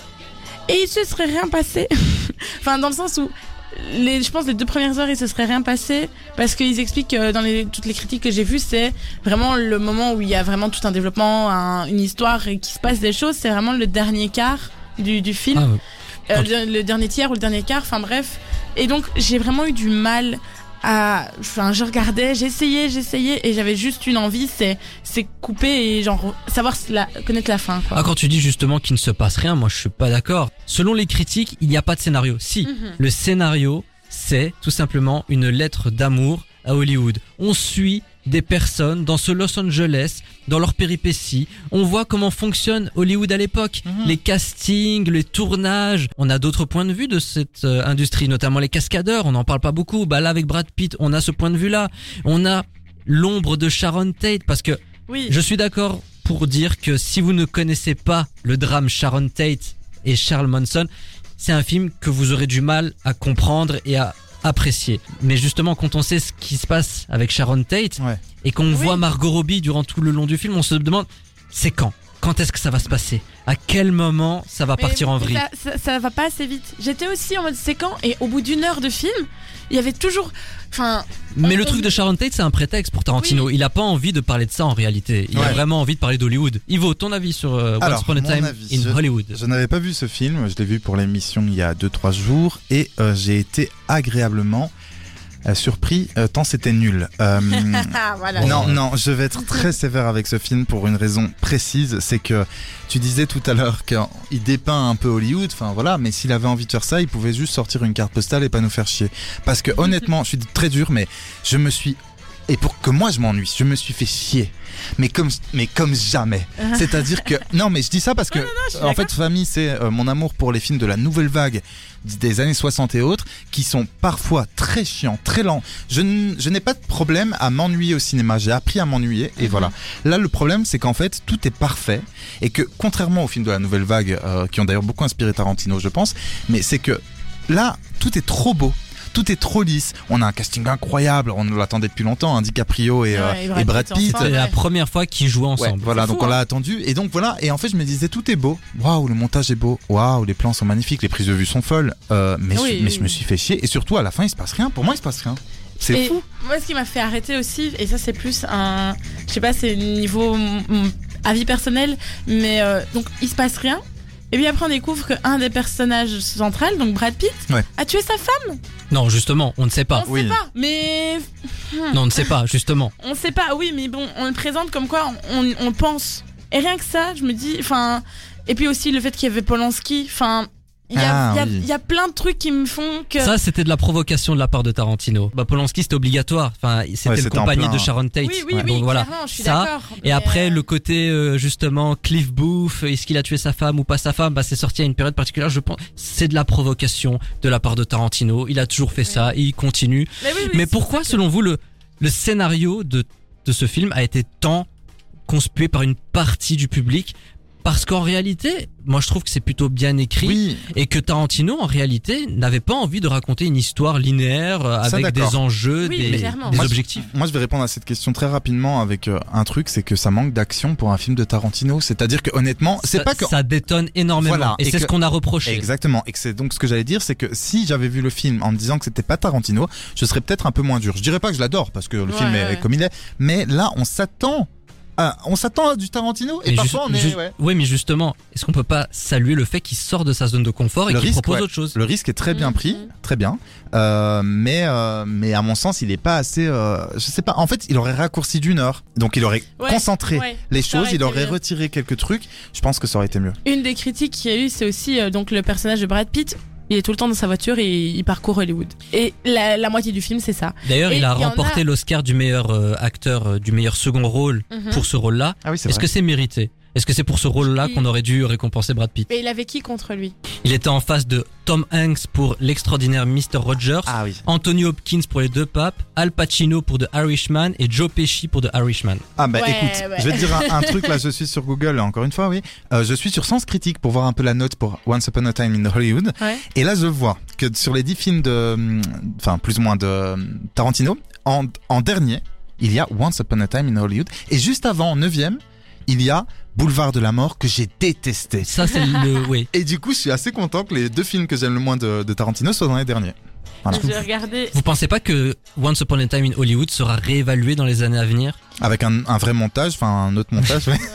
Speaker 3: et il se serait rien passé. Enfin, dans le sens où les, je pense les deux premières heures il se serait rien passé parce qu'ils expliquent que dans les, toutes les critiques que j'ai vues, c'est vraiment le moment où il y a vraiment tout un développement, un- une histoire et qu'il se passe des choses. C'est vraiment le dernier quart du, du film,
Speaker 2: Ah, ouais.
Speaker 3: Euh, le, le dernier tiers ou le dernier quart, enfin bref. Et donc j'ai vraiment eu du mal à, enfin je regardais, j'essayais, j'essayais et j'avais juste une envie, c'est c'est couper et genre savoir la, connaître la fin quoi.
Speaker 2: Ah, quand tu dis justement qu'il ne se passe rien, moi je suis pas d'accord. Selon les critiques, il n'y a pas de scénario. Si,
Speaker 3: Mhm.
Speaker 2: le scénario, c'est tout simplement une lettre d'amour à Hollywood. On suit des personnes dans ce Los Angeles, dans leurs péripéties. On voit comment fonctionne Hollywood à l'époque.
Speaker 4: Mhm.
Speaker 2: Les castings, les tournages. On a d'autres points de vue de cette euh, industrie, notamment les cascadeurs. On n'en parle pas beaucoup. Bah là, avec Brad Pitt, on a ce point de vue-là. On a l'ombre de Sharon Tate parce que
Speaker 3: Oui.
Speaker 2: je suis d'accord pour dire que si vous ne connaissez pas le drame Sharon Tate et Charles Manson, c'est un film que vous aurez du mal à comprendre et à apprécier. Mais justement, quand on sait ce qui se passe avec Sharon Tate
Speaker 4: Ouais.
Speaker 2: et qu'on
Speaker 3: Oui.
Speaker 2: voit Margot Robbie durant tout le long du film, on se demande c'est quand Quand est-ce que ça va se passer? À quel moment ça va
Speaker 3: Mais
Speaker 2: partir en vrille?
Speaker 3: ça, ça, ça va pas assez vite. J'étais aussi en mode c'est quand et au bout d'une heure de film, il y avait toujours, enfin,
Speaker 2: Mais
Speaker 3: on-
Speaker 2: le
Speaker 3: on-
Speaker 2: truc de Sharon Tate, c'est un prétexte pour Tarantino. Il a pas envie de parler de ça en réalité. Il a
Speaker 4: Ouais.
Speaker 2: vraiment envie de parler d'Hollywood. Ivo, ton avis sur euh, Once
Speaker 4: Alors,
Speaker 2: Upon a
Speaker 4: mon
Speaker 2: Time
Speaker 4: avis,
Speaker 2: in
Speaker 4: je-
Speaker 2: Hollywood?
Speaker 4: Je n'avais pas vu ce film, je l'ai vu pour l'émission il y a deux trois jours et euh, j'ai été agréablement euh, surpris euh, tant c'était nul. Euh,
Speaker 3: Ah voilà.
Speaker 4: Non, non, je vais être très sévère avec ce film pour une raison précise, c'est que tu disais tout à l'heure qu'il dépeint un peu Hollywood, enfin voilà, mais s'il avait envie de faire ça, il pouvait juste sortir une carte postale et pas nous faire chier. Parce que honnêtement, je suis très dur, mais je me suis... Et pour que moi je m'ennuie, je me suis fait chier. Mais comme, mais comme jamais. C'est-à-dire que... Non, mais je dis ça parce que...
Speaker 3: suis
Speaker 4: en fait, famille, c'est euh, mon amour pour les films de la nouvelle vague des années soixante et autres, qui sont parfois très chiants, très lents. Je, n- je n'ai pas de problème à m'ennuyer au cinéma. J'ai appris à m'ennuyer et voilà. Là, le problème, c'est qu'en fait, tout est parfait et que, contrairement aux films de la nouvelle vague, euh, qui ont d'ailleurs beaucoup inspiré Tarantino, je pense, mais c'est que là, tout est trop beau. Tout est trop lisse. On a un casting incroyable. On l'attendait depuis longtemps. Hein, DiCaprio et,
Speaker 3: Ouais,
Speaker 4: euh,
Speaker 3: et Brad
Speaker 4: et Brad
Speaker 3: Pitt
Speaker 4: Pitt.
Speaker 3: ensemble.
Speaker 2: C'était la
Speaker 3: ouais.
Speaker 2: première fois qu'ils jouaient
Speaker 4: Ouais,
Speaker 2: ensemble.
Speaker 4: voilà,
Speaker 3: C'est
Speaker 4: donc
Speaker 3: fou,
Speaker 4: on l'a
Speaker 3: hein.
Speaker 4: attendu. Et donc voilà, et en fait je me disais tout est beau. Waouh, le montage est beau. Waouh, les plans sont magnifiques, les prises de vue sont folles. Euh, mais
Speaker 3: Oui,
Speaker 4: je, mais
Speaker 3: oui.
Speaker 4: je me suis fait chier. Et surtout à la fin il se passe rien. Pour moi il se passe rien. C'est
Speaker 3: Et
Speaker 4: fou.
Speaker 3: moi, ce qui m'a fait arrêter aussi, et ça, c'est plus un, je sais pas, c'est niveau mm, avis personnel, mais euh, donc il se passe rien. Et puis après, on découvre qu'un des personnages centraux, donc Brad Pitt,
Speaker 4: Ouais.
Speaker 3: a tué sa femme.
Speaker 2: Non, justement, on ne sait pas.
Speaker 3: On
Speaker 4: Oui.
Speaker 3: sait pas, mais
Speaker 2: Non, on ne sait pas, justement.
Speaker 3: on sait pas. Oui, mais bon, on le présente comme quoi on, on le pense. Et rien que ça, je me dis, enfin, et puis aussi le fait qu'il y avait Polanski, enfin, il y a,
Speaker 4: Ah,
Speaker 3: il y a-
Speaker 4: oui.
Speaker 3: il y a plein de trucs qui me font que.
Speaker 2: Ça, c'était de la provocation de la part de Tarantino. Bah, Polanski, c'était obligatoire. Enfin, c'était
Speaker 4: Ouais,
Speaker 2: le
Speaker 4: c'était en
Speaker 2: compagnie
Speaker 4: plein.
Speaker 2: de Sharon Tate.
Speaker 3: oui, oui,
Speaker 2: Ouais.
Speaker 3: oui,
Speaker 2: Donc voilà.
Speaker 3: clairement, je suis
Speaker 2: Ça,
Speaker 3: d'accord.
Speaker 2: Et
Speaker 3: mais,
Speaker 2: après,
Speaker 3: euh,
Speaker 2: le côté, euh, justement, Cliff Booth, est-ce qu'il a tué sa femme ou pas sa femme? Bah, c'est sorti à une période particulière, je pense. C'est de la provocation de la part de Tarantino. Il a toujours fait ça et il continue.
Speaker 3: Mais, oui, oui,
Speaker 2: Mais
Speaker 3: c'est
Speaker 2: pourquoi,
Speaker 3: ça que-
Speaker 2: selon vous, le, le scénario de, de ce film a été tant conspué par une partie du public. Parce qu'en réalité, moi je trouve que c'est plutôt bien écrit
Speaker 4: Oui,
Speaker 2: et que Tarantino en réalité n'avait pas envie de raconter une histoire linéaire euh,
Speaker 4: Ça,
Speaker 2: avec
Speaker 4: d'accord.
Speaker 2: des enjeux,
Speaker 3: Oui,
Speaker 2: des,
Speaker 3: clairement.
Speaker 2: des
Speaker 4: Moi, je-
Speaker 2: objectifs.
Speaker 4: moi je vais répondre à cette question très rapidement avec euh, un truc, c'est que ça manque d'action pour un film de Tarantino. C'est-à-dire que honnêtement, c'est
Speaker 2: ça,
Speaker 4: pas que
Speaker 2: ça détonne énormément
Speaker 4: Voilà,
Speaker 2: et,
Speaker 4: et
Speaker 2: c'est
Speaker 4: que-
Speaker 2: ce qu'on a reproché.
Speaker 4: Exactement, et que c'est donc ce que j'allais dire, c'est que si j'avais vu le film en me disant que c'était pas Tarantino, je serais peut-être un peu moins dur. Je dirais pas que je l'adore parce que le
Speaker 3: Ouais,
Speaker 4: film est
Speaker 3: ouais.
Speaker 4: comme il est, mais là on s'attend, à, on s'attend à du Tarantino et
Speaker 2: Mais
Speaker 4: parfois
Speaker 2: ju-
Speaker 4: on est.
Speaker 2: ju-
Speaker 4: ouais.
Speaker 2: Oui, mais justement, est-ce qu'on peut pas saluer le fait qu'il sort de sa zone de confort et
Speaker 4: Le
Speaker 2: qu'il
Speaker 4: risque,
Speaker 2: propose
Speaker 4: ouais.
Speaker 2: autre chose?
Speaker 4: Le risque est très bien
Speaker 3: Mhm.
Speaker 4: pris, très bien, euh, mais euh, mais à mon sens il est pas assez. Euh, je sais pas. En fait, il aurait raccourci d'une heure, donc il aurait
Speaker 3: Ouais,
Speaker 4: concentré
Speaker 3: ouais,
Speaker 4: les
Speaker 3: ça
Speaker 4: choses,
Speaker 3: aurait
Speaker 4: il
Speaker 3: été
Speaker 4: aurait
Speaker 3: mieux.
Speaker 4: retiré quelques trucs. Je pense que ça aurait été mieux.
Speaker 3: Une des critiques qu'il y a eu, c'est aussi euh, donc le personnage de Brad Pitt. Il est tout le temps dans sa voiture et il parcourt Hollywood. Et la, la moitié du film, c'est ça.
Speaker 2: D'ailleurs,
Speaker 3: Et
Speaker 2: il a
Speaker 3: il y en
Speaker 2: remporté
Speaker 3: a-
Speaker 2: l'Oscar du meilleur euh, acteur, euh, du meilleur second rôle
Speaker 3: Mhm.
Speaker 2: pour ce rôle-là.
Speaker 4: Ah oui, c'est
Speaker 2: Est-ce que c'est mérité? Est-ce que c'est pour ce rôle-là
Speaker 3: Il-
Speaker 2: qu'on aurait dû récompenser Brad Pitt?
Speaker 3: Mais il avait qui contre lui?
Speaker 2: Il était en face de Tom Hanks pour l'extraordinaire mister Rogers,
Speaker 4: Ah oui.
Speaker 2: Anthony Hopkins pour Les Deux Papes, Al Pacino pour The Irishman et Joe Pesci pour The Irishman.
Speaker 4: Ah bah
Speaker 3: Ouais,
Speaker 4: écoute,
Speaker 3: ouais.
Speaker 4: je vais te dire un, un truc là, je suis sur Google encore une fois, oui. Euh, je suis sur Sens Critique pour voir un peu la note pour Once Upon a Time in Hollywood.
Speaker 3: Ouais.
Speaker 4: Et là je vois que sur les dix films de, hum, enfin plus ou moins de hum, Tarantino, en, en dernier, il y a Once Upon a Time in Hollywood. Et juste avant, en neuvième, il y a Boulevard de la Mort que j'ai détesté.
Speaker 2: Ça, c'est le, oui.
Speaker 4: Et du coup, je suis assez content que les deux films que j'aime le moins de, de Tarantino soient dans les derniers. Voilà.
Speaker 3: J'ai regardé.
Speaker 2: Vous pensez pas que Once Upon a Time in Hollywood sera réévalué dans les années à venir?
Speaker 4: Avec un, un vrai montage, enfin un autre montage. ouais.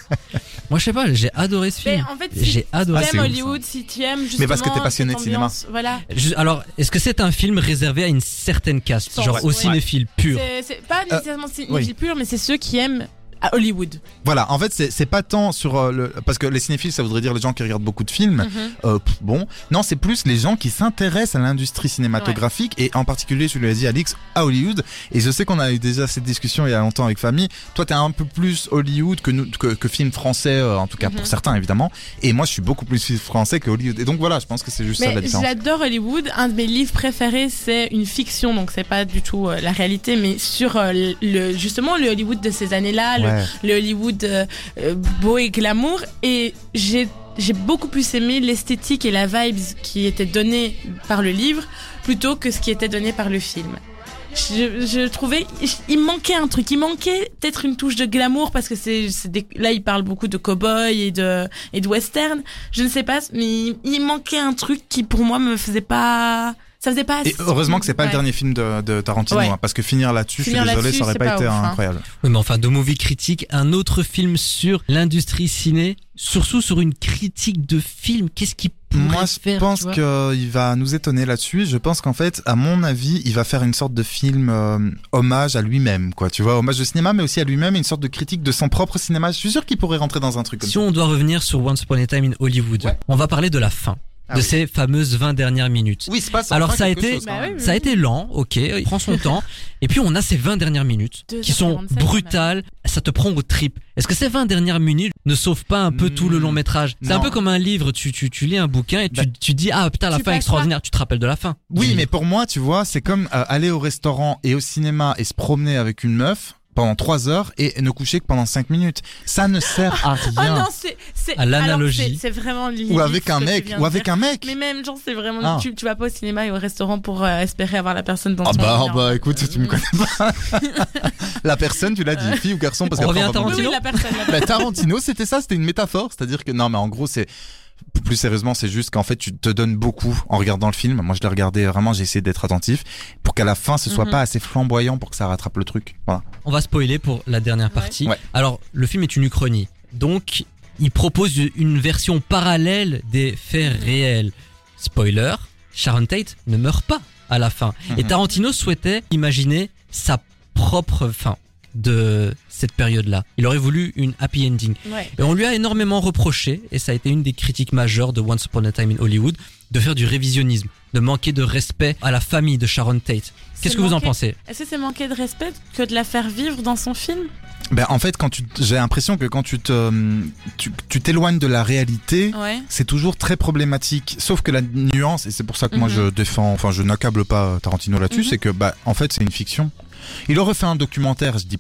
Speaker 2: Moi, je sais pas, j'ai adoré ce
Speaker 3: Mais
Speaker 2: film.
Speaker 3: en fait, si
Speaker 2: J'ai adoré.
Speaker 4: Ah, c'est
Speaker 3: t'aimes
Speaker 4: ouf,
Speaker 3: Hollywood, si t'aimes justement.
Speaker 4: Mais parce que t'es passionné
Speaker 3: cette
Speaker 4: de cinéma.
Speaker 3: ambiance, Voilà.
Speaker 2: Je- Alors, est-ce que c'est un film réservé à une certaine caste,
Speaker 3: pense,
Speaker 2: genre aux
Speaker 3: ouais.
Speaker 2: cinéphiles purs?
Speaker 3: C'est c'est pas nécessairement cinéphile
Speaker 4: oui.
Speaker 3: pur, mais c'est ceux qui aiment à Hollywood.
Speaker 4: Voilà, en fait, c'est c'est pas tant sur euh, le parce que les cinéphiles, ça voudrait dire les gens qui regardent beaucoup de films.
Speaker 3: Mhm.
Speaker 4: Euh, pff, bon, non, c'est plus les gens qui s'intéressent à l'industrie cinématographique et en particulier, tu l'as dit, Alix, à Hollywood. Et je sais qu'on a eu déjà cette discussion il y a longtemps avec famille. Toi, t'es un peu plus Hollywood que nous, que, que film français, euh, en tout cas pour
Speaker 3: Mhm.
Speaker 4: certains évidemment. Et moi, je suis beaucoup plus film français que Hollywood. Et donc voilà, je pense que c'est juste ça la
Speaker 3: Mais
Speaker 4: différence.
Speaker 3: j'adore Hollywood. Un de mes livres préférés, c'est une fiction, donc c'est pas du tout euh, la réalité, mais sur euh, le justement le Hollywood de ces années-là, le-
Speaker 4: Ouais.
Speaker 3: le Hollywood euh, euh, beau et glamour. Et j'ai j'ai beaucoup plus aimé l'esthétique et la vibes qui étaient données par le livre plutôt que ce qui était donné par le film. Je, je trouvais il manquait un truc, il manquait peut-être une touche de glamour parce que c'est c'est des- là il parle beaucoup de cow-boy et de et de western, je ne sais pas, mais il, il manquait un truc qui pour moi me faisait pas, ça faisait pas.
Speaker 4: Et heureusement que c'est pas
Speaker 3: Ouais.
Speaker 4: le dernier film de, de Tarantino,
Speaker 3: Ouais.
Speaker 4: hein, parce que finir là-dessus,
Speaker 3: Finir
Speaker 4: je suis désolé,
Speaker 3: là-dessus,
Speaker 4: ça aurait
Speaker 3: c'est
Speaker 4: pas,
Speaker 3: pas
Speaker 4: été
Speaker 3: ouf, hein.
Speaker 4: incroyable.
Speaker 2: Oui, mais enfin, de Movie Critique, un autre film sur l'industrie ciné, surtout sur une critique de film. Qu'est-ce qu'il pourrait
Speaker 4: Moi, je
Speaker 2: faire,
Speaker 4: pense
Speaker 2: tu vois
Speaker 4: qu'il va nous étonner là-dessus. Je pense qu'en fait, à mon avis, il va faire une sorte de film euh, hommage à lui-même, quoi. Tu vois, hommage de cinéma, mais aussi à lui-même, et une sorte de critique de son propre cinéma. Je suis sûr qu'il pourrait rentrer dans un truc comme
Speaker 2: Si
Speaker 4: ça.
Speaker 2: on doit revenir sur Once Upon a Time in Hollywood,
Speaker 4: Ouais.
Speaker 2: on va parler de la fin,
Speaker 4: Ah
Speaker 2: de
Speaker 4: oui.
Speaker 2: ces fameuses vingt dernières minutes.
Speaker 4: Oui, c'est pas ça.
Speaker 2: Alors,
Speaker 4: enfin,
Speaker 2: ça a
Speaker 4: quelque
Speaker 2: été-
Speaker 4: chose, quand
Speaker 3: Bah
Speaker 4: même.
Speaker 3: oui,
Speaker 2: Ça a été lent, ok, il prend son temps. Et puis on a ces vingt dernières minutes
Speaker 3: deux
Speaker 2: qui
Speaker 3: heures
Speaker 2: sont
Speaker 3: quarante-sept,
Speaker 2: brutales, ça te prend aux tripes. Est-ce que ces vingt dernières minutes ne sauvent pas un peu tout le
Speaker 4: Hmm,
Speaker 2: long métrage? C'est un
Speaker 4: non.
Speaker 2: peu comme un livre, tu, tu, tu lis un bouquin et tu,
Speaker 4: Bah,
Speaker 2: tu dis ah putain la
Speaker 3: tu
Speaker 2: fin
Speaker 3: passes
Speaker 2: extraordinaire, tu te rappelles de la fin.
Speaker 4: Oui,
Speaker 2: Du
Speaker 4: mais
Speaker 2: livre.
Speaker 4: pour moi, tu vois, c'est comme euh, aller au restaurant et au cinéma et se promener avec une meuf pendant trois heures et ne coucher que pendant cinq minutes. Ça ne sert à
Speaker 3: Oh
Speaker 4: rien.
Speaker 3: non, c'est c'est
Speaker 2: À l'analogie.
Speaker 3: alors, c'est- c'est vraiment limite
Speaker 4: Ou avec
Speaker 3: ce
Speaker 4: un
Speaker 3: que tu
Speaker 4: mec,
Speaker 3: viens
Speaker 4: ou
Speaker 3: de
Speaker 4: avec
Speaker 3: dire.
Speaker 4: un mec.
Speaker 3: Mais même genre c'est vraiment
Speaker 4: Ah.
Speaker 3: tu, tu vas pas au cinéma et au restaurant pour euh, espérer avoir la personne dans
Speaker 4: Ah
Speaker 3: ton
Speaker 4: bah,
Speaker 3: lit,
Speaker 4: ah bah
Speaker 3: hein.
Speaker 4: écoute, tu me connais pas. La personne, tu l'as dit, fille ou garçon, parce
Speaker 2: On
Speaker 4: qu'après,
Speaker 2: revient à
Speaker 4: va
Speaker 3: Oui,
Speaker 4: demander.
Speaker 3: oui, la personne. la
Speaker 4: Bah,
Speaker 3: personne.
Speaker 4: Tarantino, c'était ça, c'était une métaphore, c'est-à-dire que non, mais en gros, c'est plus sérieusement, c'est juste qu'en fait, tu te donnes beaucoup en regardant le film. Moi, je l'ai regardé vraiment, j'ai essayé d'être attentif pour qu'à la fin, ce soit
Speaker 3: Mhm.
Speaker 4: pas assez flamboyant pour que ça rattrape le truc. Voilà.
Speaker 2: On va spoiler pour la dernière
Speaker 3: Ouais.
Speaker 2: partie.
Speaker 4: Ouais.
Speaker 2: Alors, le film est une uchronie. Donc, il propose une version parallèle des faits réels. Spoiler, Sharon Tate ne meurt pas à la fin. Et
Speaker 4: Mhm.
Speaker 2: Tarantino souhaitait imaginer sa propre fin de cette période-là. Il aurait voulu une happy ending.
Speaker 3: Ouais.
Speaker 2: Et on lui a énormément reproché, et ça a été une des critiques majeures de Once Upon a Time in Hollywood, de faire du révisionnisme, de manquer de respect à la famille de Sharon Tate. Qu'est-ce
Speaker 3: C'est
Speaker 2: que vous en
Speaker 3: manquer-
Speaker 2: pensez?
Speaker 3: Est-ce que c'est manquer de respect que de la faire vivre dans son film?
Speaker 4: Ben, en fait, quand tu, t- j'ai l'impression que quand tu te, tu, tu t'éloignes de la réalité,
Speaker 3: Ouais.
Speaker 4: c'est toujours très problématique. Sauf que la nuance, et c'est pour ça que moi
Speaker 3: Mhm.
Speaker 4: je défends, enfin je n'accable pas Tarantino là-dessus,
Speaker 3: Mhm.
Speaker 4: c'est que bah en fait c'est une fiction. Il aurait fait un documentaire, je dis pas.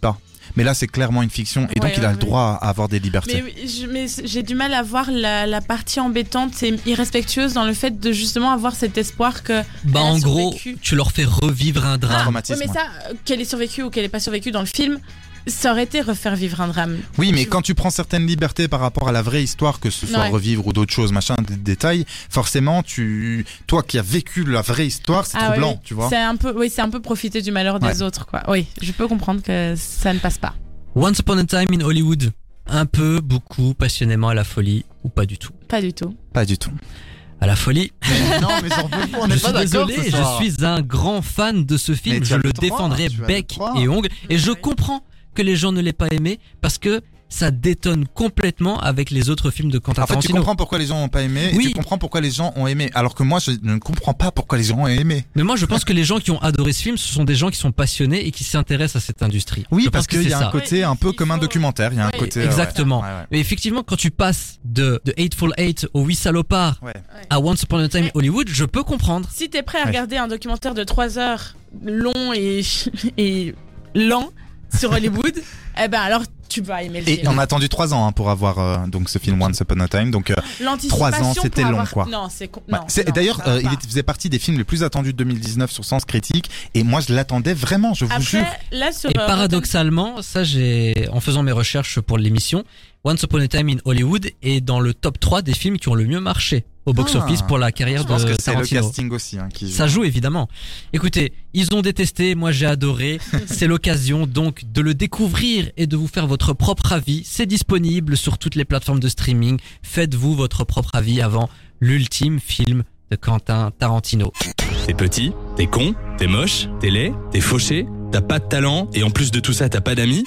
Speaker 4: Mais là, c'est clairement une fiction et donc
Speaker 3: Ouais,
Speaker 4: il a
Speaker 3: ouais,
Speaker 4: le droit à avoir des libertés.
Speaker 3: Mais, je, mais j'ai du mal à voir la, la partie embêtante et irrespectueuse dans le fait de justement avoir cet espoir que.
Speaker 2: Bah,
Speaker 3: elle a
Speaker 2: en gros,
Speaker 3: survécu.
Speaker 2: tu leur fais revivre un
Speaker 3: Ah,
Speaker 2: drame.
Speaker 4: traumatisme,
Speaker 3: ouais, mais
Speaker 4: ouais.
Speaker 3: ça, euh, qu'elle ait survécu ou qu'elle ait pas survécu dans le film, ça aurait été refaire vivre un drame.
Speaker 4: Oui, mais
Speaker 3: Tu-
Speaker 4: quand tu prends certaines libertés par rapport à la vraie histoire, que ce soit
Speaker 3: Ouais.
Speaker 4: revivre ou d'autres choses, machin, des détails, forcément, tu, toi qui as vécu la vraie histoire, c'est
Speaker 3: Ah,
Speaker 4: troublant,
Speaker 3: oui,
Speaker 4: tu vois.
Speaker 3: C'est un peu, oui, c'est un peu profiter du malheur des
Speaker 4: Ouais.
Speaker 3: autres, quoi. Oui, je peux comprendre que ça ne passe pas.
Speaker 2: Once Upon a Time in Hollywood. Un peu, beaucoup, passionnément à la folie ou pas du tout.
Speaker 3: Pas du tout.
Speaker 4: Pas du tout.
Speaker 2: À la folie.
Speaker 4: non, mais j'en veux pas, on
Speaker 2: Je
Speaker 4: n'est
Speaker 2: suis
Speaker 4: pas d'accord.
Speaker 2: désolé,
Speaker 4: ce soir.
Speaker 2: je suis un grand fan de ce film.
Speaker 4: Mais tu
Speaker 2: Je
Speaker 4: as
Speaker 2: le
Speaker 4: le droit,
Speaker 2: défendrai
Speaker 4: tu as le
Speaker 2: bec
Speaker 4: droit.
Speaker 2: et ongles. Et je
Speaker 3: Oui.
Speaker 2: comprends que les gens ne l'aient pas aimé parce que ça détonne complètement avec les autres films de Quentin
Speaker 4: En fait, tu
Speaker 2: Tarantino.
Speaker 4: comprends pourquoi les gens ont pas aimé,
Speaker 2: Oui.
Speaker 4: et tu comprends pourquoi les gens ont aimé. Alors que moi, je ne comprends pas pourquoi les gens ont aimé.
Speaker 2: Mais moi, je pense que les gens qui ont adoré ce film, ce sont des gens qui sont passionnés et qui s'intéressent à cette industrie.
Speaker 4: Oui,
Speaker 2: Je
Speaker 4: parce
Speaker 2: pense que
Speaker 4: qu'il y
Speaker 2: c'est
Speaker 4: a
Speaker 2: ça.
Speaker 4: un côté
Speaker 3: Ouais,
Speaker 4: un peu
Speaker 3: il
Speaker 4: comme un
Speaker 3: faut-
Speaker 4: documentaire. Il y a un
Speaker 3: Ouais,
Speaker 4: côté. euh,
Speaker 2: Exactement.
Speaker 4: ouais, ouais, ouais.
Speaker 2: Mais effectivement, quand tu passes de, de Hateful Eight au huit salopards
Speaker 4: Ouais.
Speaker 2: à Once Upon a Time
Speaker 3: Mais-
Speaker 2: Hollywood, je peux comprendre.
Speaker 3: Si t'es prêt à
Speaker 4: Ouais.
Speaker 3: regarder un documentaire de trois heures long et, et lent sur Hollywood, eh ben alors tu vas aimer le
Speaker 4: Et
Speaker 3: film.
Speaker 4: on a attendu trois ans hein, pour avoir euh, donc ce film Once Upon a Time. Donc euh,
Speaker 3: L'anticipation
Speaker 4: trois ans, c'était
Speaker 3: pour
Speaker 4: long,
Speaker 3: avoir-
Speaker 4: quoi.
Speaker 3: Non, c'est con-
Speaker 4: ouais.
Speaker 3: non,
Speaker 4: C'est-
Speaker 3: non,
Speaker 4: d'ailleurs,
Speaker 3: ça va
Speaker 4: euh, il
Speaker 3: pas.
Speaker 4: était- faisait partie des films les plus attendus de deux mille dix-neuf sur Sens Critique. Et moi, je l'attendais vraiment. Je vous jure.
Speaker 3: Après, là sur
Speaker 2: Et
Speaker 3: euh,
Speaker 2: paradoxalement, ça j'ai, en faisant mes recherches pour l'émission, Once Upon a Time in Hollywood est dans le top trois des films qui ont le mieux marché au box-office
Speaker 4: Ah.
Speaker 2: pour la carrière
Speaker 4: Je pense
Speaker 2: de
Speaker 4: que c'est le
Speaker 2: Tarantino.
Speaker 4: casting aussi hein, qui joue.
Speaker 2: Ça joue évidemment. Écoutez, ils ont détesté, moi j'ai adoré. C'est l'occasion donc de le découvrir et de vous faire votre propre avis. C'est disponible sur toutes les plateformes de streaming. Faites-vous votre propre avis avant l'ultime film de Quentin Tarantino.
Speaker 1: T'es petit, t'es con, t'es moche, t'es laid, t'es fauché, t'as pas de talent et en plus de tout ça t'as pas d'amis.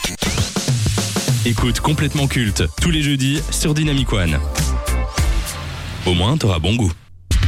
Speaker 1: Écoute Complètement Culte tous les jeudis sur Dynamic One. Au moins t'auras bon goût.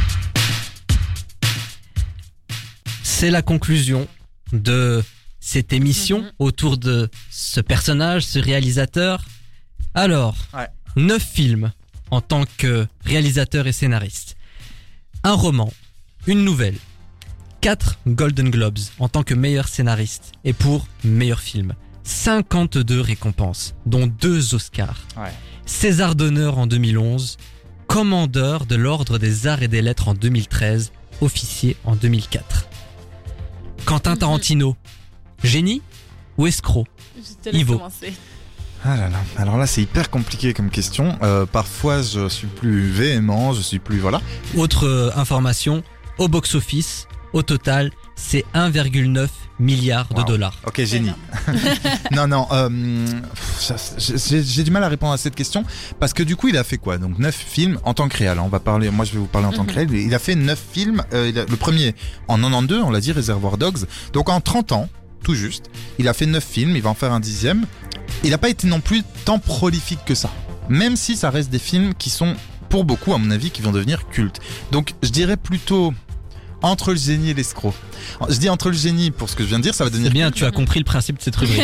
Speaker 2: C'est la conclusion de cette émission
Speaker 3: Mhm.
Speaker 2: autour de ce personnage, ce réalisateur. Alors,
Speaker 4: Ouais.
Speaker 2: neuf films en tant que réalisateur et scénariste. Un roman, une nouvelle, quatre Golden Globes en tant que meilleur scénariste et pour meilleur film. cinquante-deux récompenses, dont deux Oscars.
Speaker 4: Ouais.
Speaker 2: César d'honneur en deux mille onze, commandeur de l'Ordre des Arts et des Lettres en deux mille treize, officier en deux mille quatre. Quentin
Speaker 3: Mhm.
Speaker 2: Tarantino, génie ou escroc?
Speaker 3: Je te laisse
Speaker 2: Ivo.
Speaker 3: commencer.
Speaker 4: Ah là là. Alors là, c'est hyper compliqué comme question. Euh, parfois, je suis plus véhément, je suis plus voilà.
Speaker 2: Autre euh, information, au box-office, au total, c'est un virgule neuf milliard de
Speaker 4: Wow.
Speaker 2: dollars.
Speaker 4: Ok, génie. non, non. Euh, pff, j'ai j'ai du mal à répondre à cette question parce que du coup, il a fait quoi? Donc neuf films en tant que réal. hein. On va parler. Moi, je vais vous parler en tant que réal. Il a fait neuf films. Euh, il a- le premier en quatre-vingt-douze, on l'a dit, Reservoir Dogs. Donc en trente ans, tout juste, il a fait neuf films. Il va en faire un dixième. Il n'a pas été non plus tant prolifique que ça. Même si ça reste des films qui sont, pour beaucoup, à mon avis, qui vont devenir cultes. Donc, je dirais plutôt entre le génie et l'escroc. Je dis entre le génie pour ce que je viens de dire, ça va devenir
Speaker 2: C'est bien, tu as compris le principe de cette rubrique.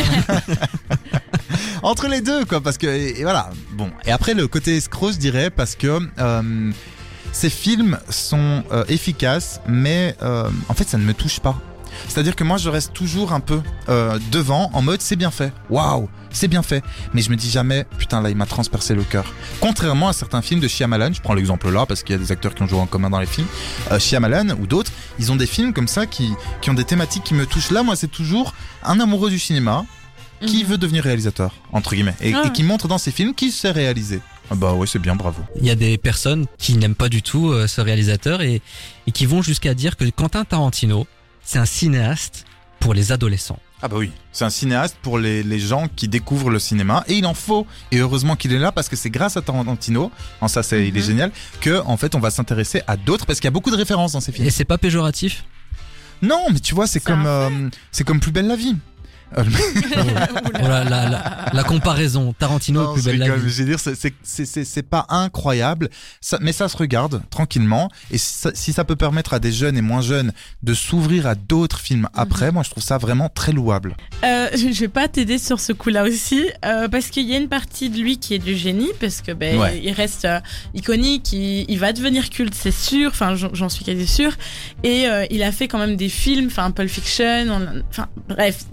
Speaker 4: entre les deux, quoi, parce que et, et voilà. Bon, et après le côté escroc, je dirais, parce que euh, ces films sont euh, efficaces, mais euh, en fait, ça ne me touche pas. C'est-à-dire que moi, je reste toujours un peu euh, devant, en mode c'est bien fait. Waouh, c'est bien fait. Mais je me dis jamais, putain, là, il m'a transpercé le cœur. Contrairement à certains films de Shyamalan, je prends l'exemple là parce qu'il y a des acteurs qui ont joué en commun dans les films. Euh, Shyamalan ou d'autres, ils ont des films comme ça qui qui ont des thématiques qui me touchent. Là, moi, c'est toujours un amoureux du cinéma qui
Speaker 3: Mhm.
Speaker 4: veut devenir réalisateur, entre guillemets, et,
Speaker 3: Ah.
Speaker 4: et qui montre dans ses films qu'il sait réaliser. Ah bah ouais, c'est bien, bravo.
Speaker 2: Il y a des personnes qui n'aiment pas du tout euh, ce réalisateur et, et qui vont jusqu'à dire que Quentin Tarantino, c'est un cinéaste pour les adolescents.
Speaker 4: Ah bah oui, c'est un cinéaste pour les, les gens qui découvrent le cinéma, et il en faut, et heureusement qu'il est là, parce que c'est grâce à Tarantino, en ça c'est, il est
Speaker 3: Mhm.
Speaker 4: génial, que en fait on va s'intéresser à d'autres, parce qu'il y a beaucoup de références dans ces films.
Speaker 2: Et c'est pas péjoratif?
Speaker 4: Non, mais tu vois, c'est
Speaker 3: C'est
Speaker 4: comme,
Speaker 3: un
Speaker 4: euh, c'est comme Plus belle la vie. Euh,
Speaker 2: Oh, la, la, la, la comparaison, Tarantino,
Speaker 4: Non,
Speaker 2: plus
Speaker 4: je
Speaker 2: belle la
Speaker 4: rigole,
Speaker 2: vie.
Speaker 4: je veux dire, c'est, c'est, c'est, c'est, c'est pas incroyable, ça, mais ça se regarde tranquillement. Et si ça, si ça peut permettre à des jeunes et moins jeunes de s'ouvrir à d'autres films après, moi je trouve ça vraiment très louable.
Speaker 3: Euh, je je vais pas t'aider sur ce coup-là aussi, euh, parce qu'il y a une partie de lui qui est du génie, parce que ben
Speaker 4: Ouais.
Speaker 3: il reste euh, iconique, il, il va devenir culte, c'est sûr. Enfin, j'en j'en suis quasi sûre. Et euh, il a fait quand même des films, enfin Pulp Fiction. on- Enfin, bref, c'est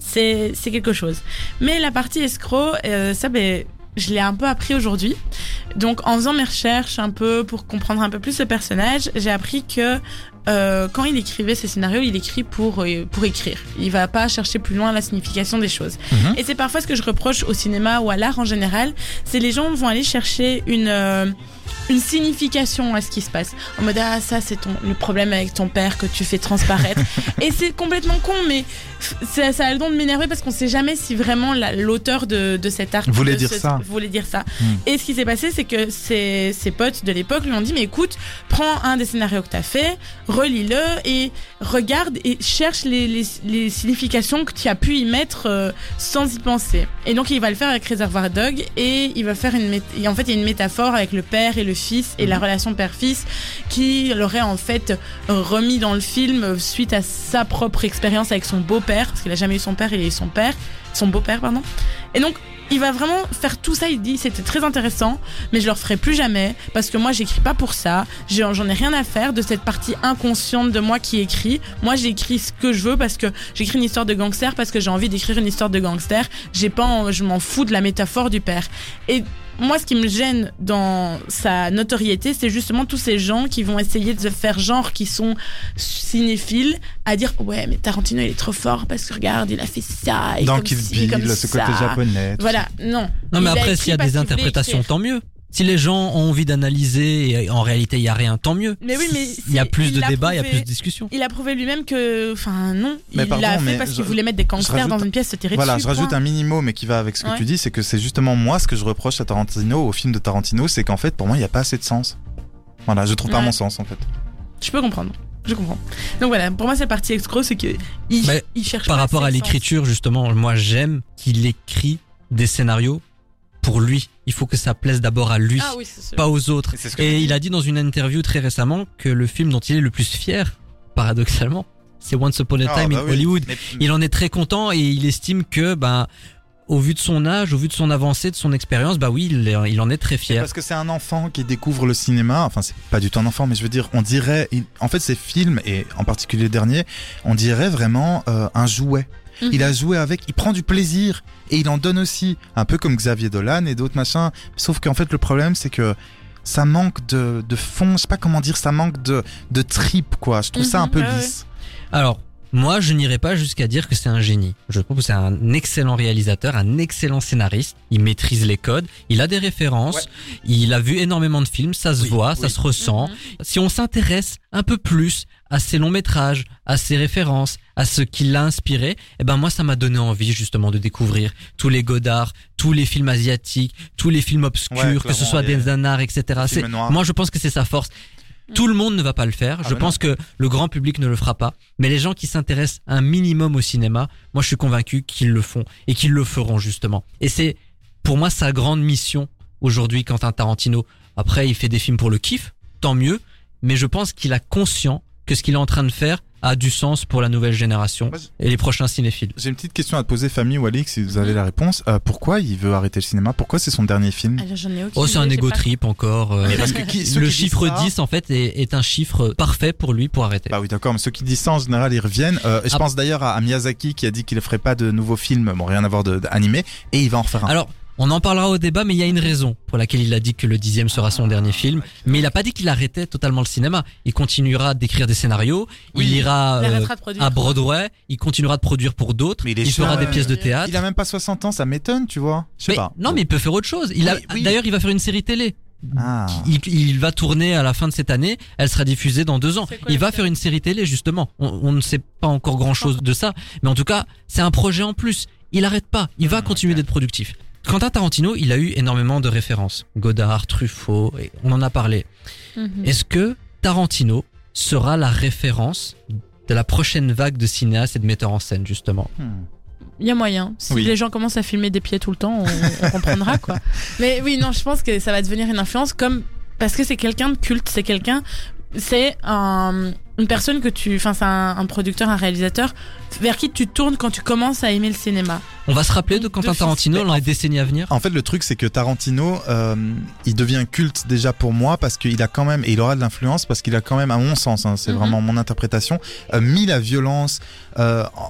Speaker 3: c'est, c'est quelque chose. Mais la partie escroc, euh, ça, ben, je l'ai un peu appris aujourd'hui. Donc, en faisant mes recherches un peu pour comprendre un peu plus le personnage, j'ai appris que euh, quand il écrivait ses scénarios, il écrit pour euh, pour écrire. Il va pas chercher plus loin la signification des choses.
Speaker 4: Mhm.
Speaker 3: Et c'est parfois ce que je reproche au cinéma ou à l'art en général, c'est les gens vont aller chercher une euh, une signification à ce qui se passe. En mode, ah, ça, c'est ton, le problème avec ton père que tu fais transparaître. Et c'est complètement con, mais ça, ça a le don de m'énerver parce qu'on sait jamais si vraiment la, l'auteur de, de cet arc
Speaker 4: Voulait
Speaker 3: de
Speaker 4: dire
Speaker 3: ce,
Speaker 4: ça.
Speaker 3: voulait dire ça.
Speaker 4: Mm.
Speaker 3: Et ce qui s'est passé, c'est que ses, ses potes de l'époque lui ont dit, mais écoute, prends un des scénarios que t'as fait, relis-le et regarde et cherche les, les, les significations que tu as pu y mettre euh, sans y penser. Et donc, il va le faire avec Reservoir Dogs et il va faire une, mét- et en fait, il y a une métaphore avec le père et le fils et la relation père-fils qui l'aurait en fait remis dans le film suite à sa propre expérience avec son beau-père, parce qu'il a jamais eu son père, il a eu son père, son beau-père, pardon. Et donc, il va vraiment faire tout ça, il dit c'était très intéressant, mais je le referai plus jamais, parce que moi j'écris pas pour ça, j'en, j'en ai rien à faire de cette partie inconsciente de moi qui écrit. Moi j'écris ce que je veux parce que j'écris une histoire de gangster, parce que j'ai envie d'écrire une histoire de gangster, j'ai pas, en, je m'en fous de la métaphore du père. Et moi, ce qui me gêne dans sa notoriété, c'est justement tous ces gens qui vont essayer de se faire genre, qui sont cinéphiles, à dire ouais, mais Tarantino il est trop fort parce que regarde, il a fait ça. Et
Speaker 4: Dans
Speaker 3: comme
Speaker 4: Kill
Speaker 3: ci,
Speaker 4: Bill,
Speaker 3: comme
Speaker 4: ce côté
Speaker 3: ça.
Speaker 4: japonais. tout
Speaker 3: Voilà, non.
Speaker 2: Non, mais
Speaker 3: Il a
Speaker 2: après,
Speaker 3: écrit
Speaker 2: s'il y a
Speaker 3: parce
Speaker 2: des
Speaker 3: qu'il voulait
Speaker 2: interprétations,
Speaker 3: écrire.
Speaker 2: tant mieux. Si les gens ont envie d'analyser et en réalité il y a rien, tant mieux.
Speaker 3: Mais oui, mais
Speaker 2: il y a
Speaker 3: c'est-
Speaker 2: plus
Speaker 3: il
Speaker 2: de
Speaker 3: l'a
Speaker 2: débats, il y a
Speaker 3: prouvé.
Speaker 2: plus de discussions.
Speaker 3: Il a prouvé lui-même que, enfin non,
Speaker 4: Mais
Speaker 3: il
Speaker 4: pardon,
Speaker 3: l'a fait
Speaker 4: mais
Speaker 3: parce
Speaker 4: je-
Speaker 3: qu'il voulait mettre des gangsters
Speaker 4: rajoute-
Speaker 3: dans une pièce, se tirer
Speaker 4: Voilà,
Speaker 3: dessus.
Speaker 4: je rajoute
Speaker 3: point.
Speaker 4: un mini mot, mais qui va avec ce que
Speaker 3: Ouais.
Speaker 4: tu dis, c'est que c'est justement moi ce que je reproche à Tarantino, au film de Tarantino, c'est qu'en fait, pour moi, il n'y a pas assez de sens. Voilà, je trouve pas
Speaker 3: Ouais.
Speaker 4: mon sens en fait.
Speaker 3: Je peux comprendre. Je comprends. Donc voilà, pour moi, cette partie escroc, c'est que il,
Speaker 2: Mais
Speaker 3: il cherche
Speaker 2: Par
Speaker 3: pas
Speaker 2: rapport
Speaker 3: assez
Speaker 2: à
Speaker 3: le sens.
Speaker 2: l'écriture, justement, moi j'aime qu'il écrit des scénarios pour lui. Il faut que ça plaise d'abord à lui,
Speaker 3: Ah oui, c'est sûr.
Speaker 2: pas aux autres.
Speaker 4: Et c'est ce que je
Speaker 2: Et
Speaker 4: dis.
Speaker 2: il a dit dans une interview très récemment que le film dont il est le plus fier, paradoxalement, c'est Once Upon a
Speaker 4: Ah,
Speaker 2: Time
Speaker 4: bah
Speaker 2: in
Speaker 4: oui.
Speaker 2: Hollywood.
Speaker 4: Mais-
Speaker 2: Il en est très content et il estime que, ben, au vu de son âge, au vu de son avancée, de son expérience, bah oui, il, est- il en est très
Speaker 4: C'est
Speaker 2: fier.
Speaker 4: parce que c'est un enfant qui découvre le cinéma. Enfin, c'est pas du tout un enfant, mais je veux dire, on dirait, il- en fait, ces films et en particulier le dernier, on dirait vraiment euh, un jouet.
Speaker 3: Mhm.
Speaker 4: Il a joué avec, il prend du plaisir et il en donne aussi, un peu comme Xavier Dolan et d'autres machins. Sauf qu'en fait, le problème, c'est que ça manque de, de fond. Je sais pas comment dire, ça manque de, de trip, quoi. Je trouve ça un
Speaker 3: Mhm,
Speaker 4: peu
Speaker 3: ouais,
Speaker 4: lisse.
Speaker 2: Alors, moi, je n'irai pas jusqu'à dire que c'est un génie. Je trouve que c'est un excellent réalisateur, un excellent scénariste. Il maîtrise les codes, il a des références,
Speaker 4: Ouais.
Speaker 2: il a vu énormément de films, ça se
Speaker 4: Oui,
Speaker 2: voit, ça
Speaker 4: oui.
Speaker 2: se ressent.
Speaker 3: Mhm.
Speaker 2: Si on s'intéresse un peu plus à ses longs métrages, à ses références, à ce qui l'a inspiré, eh ben moi ça m'a donné envie justement de découvrir tous les Godard, tous les films asiatiques, tous les films obscurs,
Speaker 4: Ouais,
Speaker 2: que ce
Speaker 4: clairement,
Speaker 2: soit
Speaker 4: il y a-
Speaker 2: des nanars, et cetera.
Speaker 4: Film
Speaker 2: C'est-
Speaker 4: noir.
Speaker 2: moi je pense que c'est sa force. Tout le monde ne va pas le faire.
Speaker 4: Ah
Speaker 2: je
Speaker 4: bah
Speaker 2: pense que le grand public ne le fera pas. Mais les gens qui s'intéressent un minimum au cinéma, moi je suis convaincu qu'ils le font et qu'ils le feront justement. Et c'est pour moi sa grande mission aujourd'hui, Quentin Tarantino. Après, il fait des films pour le kiff, tant mieux. Mais je pense qu'il a conscient que ce qu'il est en train de faire a du sens pour la nouvelle génération
Speaker 4: Moi, je-
Speaker 2: et les prochains cinéphiles.
Speaker 4: J'ai une petite question à te poser, famille ou Alix, si vous avez la réponse. Euh, pourquoi il veut arrêter le cinéma? Pourquoi c'est son dernier film?
Speaker 3: Alors, j'en ai aucune
Speaker 2: Oh, c'est un
Speaker 3: idée,
Speaker 2: ego
Speaker 3: j'ai pas-
Speaker 2: trip encore. euh,
Speaker 4: Mais parce que qui- ceux
Speaker 2: le
Speaker 4: qui disent
Speaker 2: chiffre
Speaker 4: ça-
Speaker 2: dix, en fait, est, est un chiffre parfait pour lui pour arrêter.
Speaker 4: Bah oui, d'accord, mais ceux qui disent ça, en général, ils reviennent. Euh, je
Speaker 2: Ah.
Speaker 4: pense d'ailleurs à, à Miyazaki qui a dit qu'il ne ferait pas de nouveaux films, bon, rien à voir de- d'animé, et il va en refaire un.
Speaker 2: Alors, on en parlera au débat, mais il y a une raison pour laquelle il a dit que le dixième sera son dernier film. Mais il a pas dit qu'il arrêtait totalement le cinéma. Il continuera d'écrire des scénarios,
Speaker 4: Oui.
Speaker 2: il ira
Speaker 3: Il
Speaker 2: euh,
Speaker 3: arrêtera de produire.
Speaker 2: à Broadway, il continuera de produire pour d'autres,
Speaker 4: Mais il est
Speaker 2: il fera
Speaker 4: jeune.
Speaker 2: des pièces de théâtre.
Speaker 4: Il a même pas soixante ans, ça m'étonne, tu vois. Je sais
Speaker 2: Mais,
Speaker 4: pas.
Speaker 2: non, mais il peut faire autre chose. Il a,
Speaker 4: Oui, oui.
Speaker 2: D'ailleurs, il va faire une série télé.
Speaker 4: Ah.
Speaker 2: Il, il va tourner à la fin de cette année. Elle sera diffusée dans deux ans.
Speaker 3: C'est quoi
Speaker 2: Il
Speaker 3: la
Speaker 2: va
Speaker 3: série
Speaker 2: faire une série télé justement. On, on ne sait pas encore grand chose de ça, mais en tout cas, c'est un projet en plus. Il arrête pas. Il va
Speaker 4: Mmh,
Speaker 2: continuer
Speaker 4: ok.
Speaker 2: d'être productif. Quentin Tarantino, il a eu énormément de références. Godard, Truffaut, et on en a parlé.
Speaker 3: Mhm.
Speaker 2: Est-ce que Tarantino sera la référence de la prochaine vague de cinéastes et de metteurs en scène justement?
Speaker 4: Hmm.
Speaker 3: Il y a moyen. Si
Speaker 4: Oui.
Speaker 3: les gens commencent à filmer des pieds tout le temps, on, on comprendra quoi. Mais oui, non, je pense que ça va devenir une influence comme parce que c'est quelqu'un de culte, c'est quelqu'un, c'est un, une personne que tu, enfin c'est un, un producteur, un réalisateur vers qui tu tournes quand tu commences à aimer le cinéma.
Speaker 2: On va se rappeler de Quentin
Speaker 3: De
Speaker 2: Tarantino
Speaker 3: fils-
Speaker 2: dans les décennies à venir.
Speaker 4: En fait, le truc, c'est que Tarantino, euh, il devient culte déjà pour moi parce qu'il a quand même, et il aura de l'influence parce qu'il a quand même, à mon sens, hein, c'est
Speaker 3: Mhm.
Speaker 4: vraiment mon interprétation, euh, mis la violence euh, en-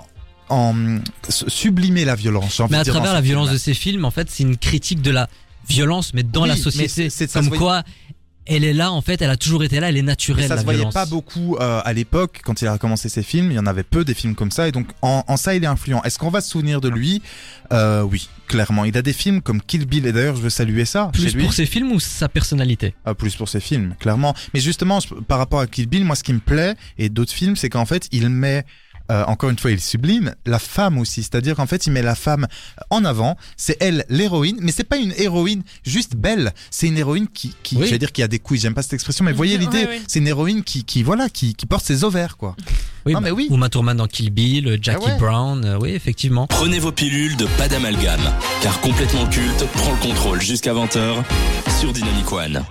Speaker 4: en sublimer la violence. J'ai envie
Speaker 2: Mais
Speaker 4: de
Speaker 2: à
Speaker 4: dire,
Speaker 2: travers
Speaker 4: dans
Speaker 2: la
Speaker 4: ce
Speaker 2: violence
Speaker 4: film-là.
Speaker 2: de ces films, en fait, c'est une critique de la violence, mais dans
Speaker 4: Oui,
Speaker 2: la
Speaker 4: mais
Speaker 2: société.
Speaker 4: c'est- c'est- ça
Speaker 2: Comme
Speaker 4: se voyait-
Speaker 2: quoi, elle est là, en fait, elle a toujours été là, elle est
Speaker 4: Mais
Speaker 2: naturelle,
Speaker 4: ça
Speaker 2: la
Speaker 4: se voyait
Speaker 2: violence.
Speaker 4: pas beaucoup euh, à l'époque quand il a commencé ses films. Il y en avait peu des films comme ça et donc en, en ça il est influent. Est-ce qu'on va se souvenir de lui? euh, Oui, clairement. Il a des films comme Kill Bill et d'ailleurs je veux saluer ça
Speaker 2: Plus
Speaker 4: chez lui.
Speaker 2: pour ses films ou sa personnalité?
Speaker 4: Ah, plus pour ses films, clairement. Mais justement, je- par rapport à Kill Bill, moi, ce qui me plaît, et d'autres films, c'est qu'en fait, il met, euh, encore une fois, il sublime, la femme aussi. C'est-à-dire qu'en fait, il met la femme en avant. C'est elle, l'héroïne. Mais c'est pas une héroïne juste belle. C'est une héroïne qui, qui
Speaker 2: Oui.
Speaker 4: je vais dire qui a des couilles. J'aime pas cette expression, mais vous voyez l'idée.
Speaker 3: Ouais, ouais.
Speaker 4: C'est une héroïne qui, qui, voilà, qui, qui porte ses ovaires, quoi.
Speaker 2: Oui,
Speaker 4: Non,
Speaker 2: bah,
Speaker 4: mais oui.
Speaker 2: Uma Thurman dans Kill Bill, Jackie
Speaker 4: Ah ouais.
Speaker 2: Brown, euh, oui, effectivement.
Speaker 5: Prenez vos pilules de pas d'amalgame, car Complètement Culte prend le contrôle jusqu'à vingt heures sur Dynamic One.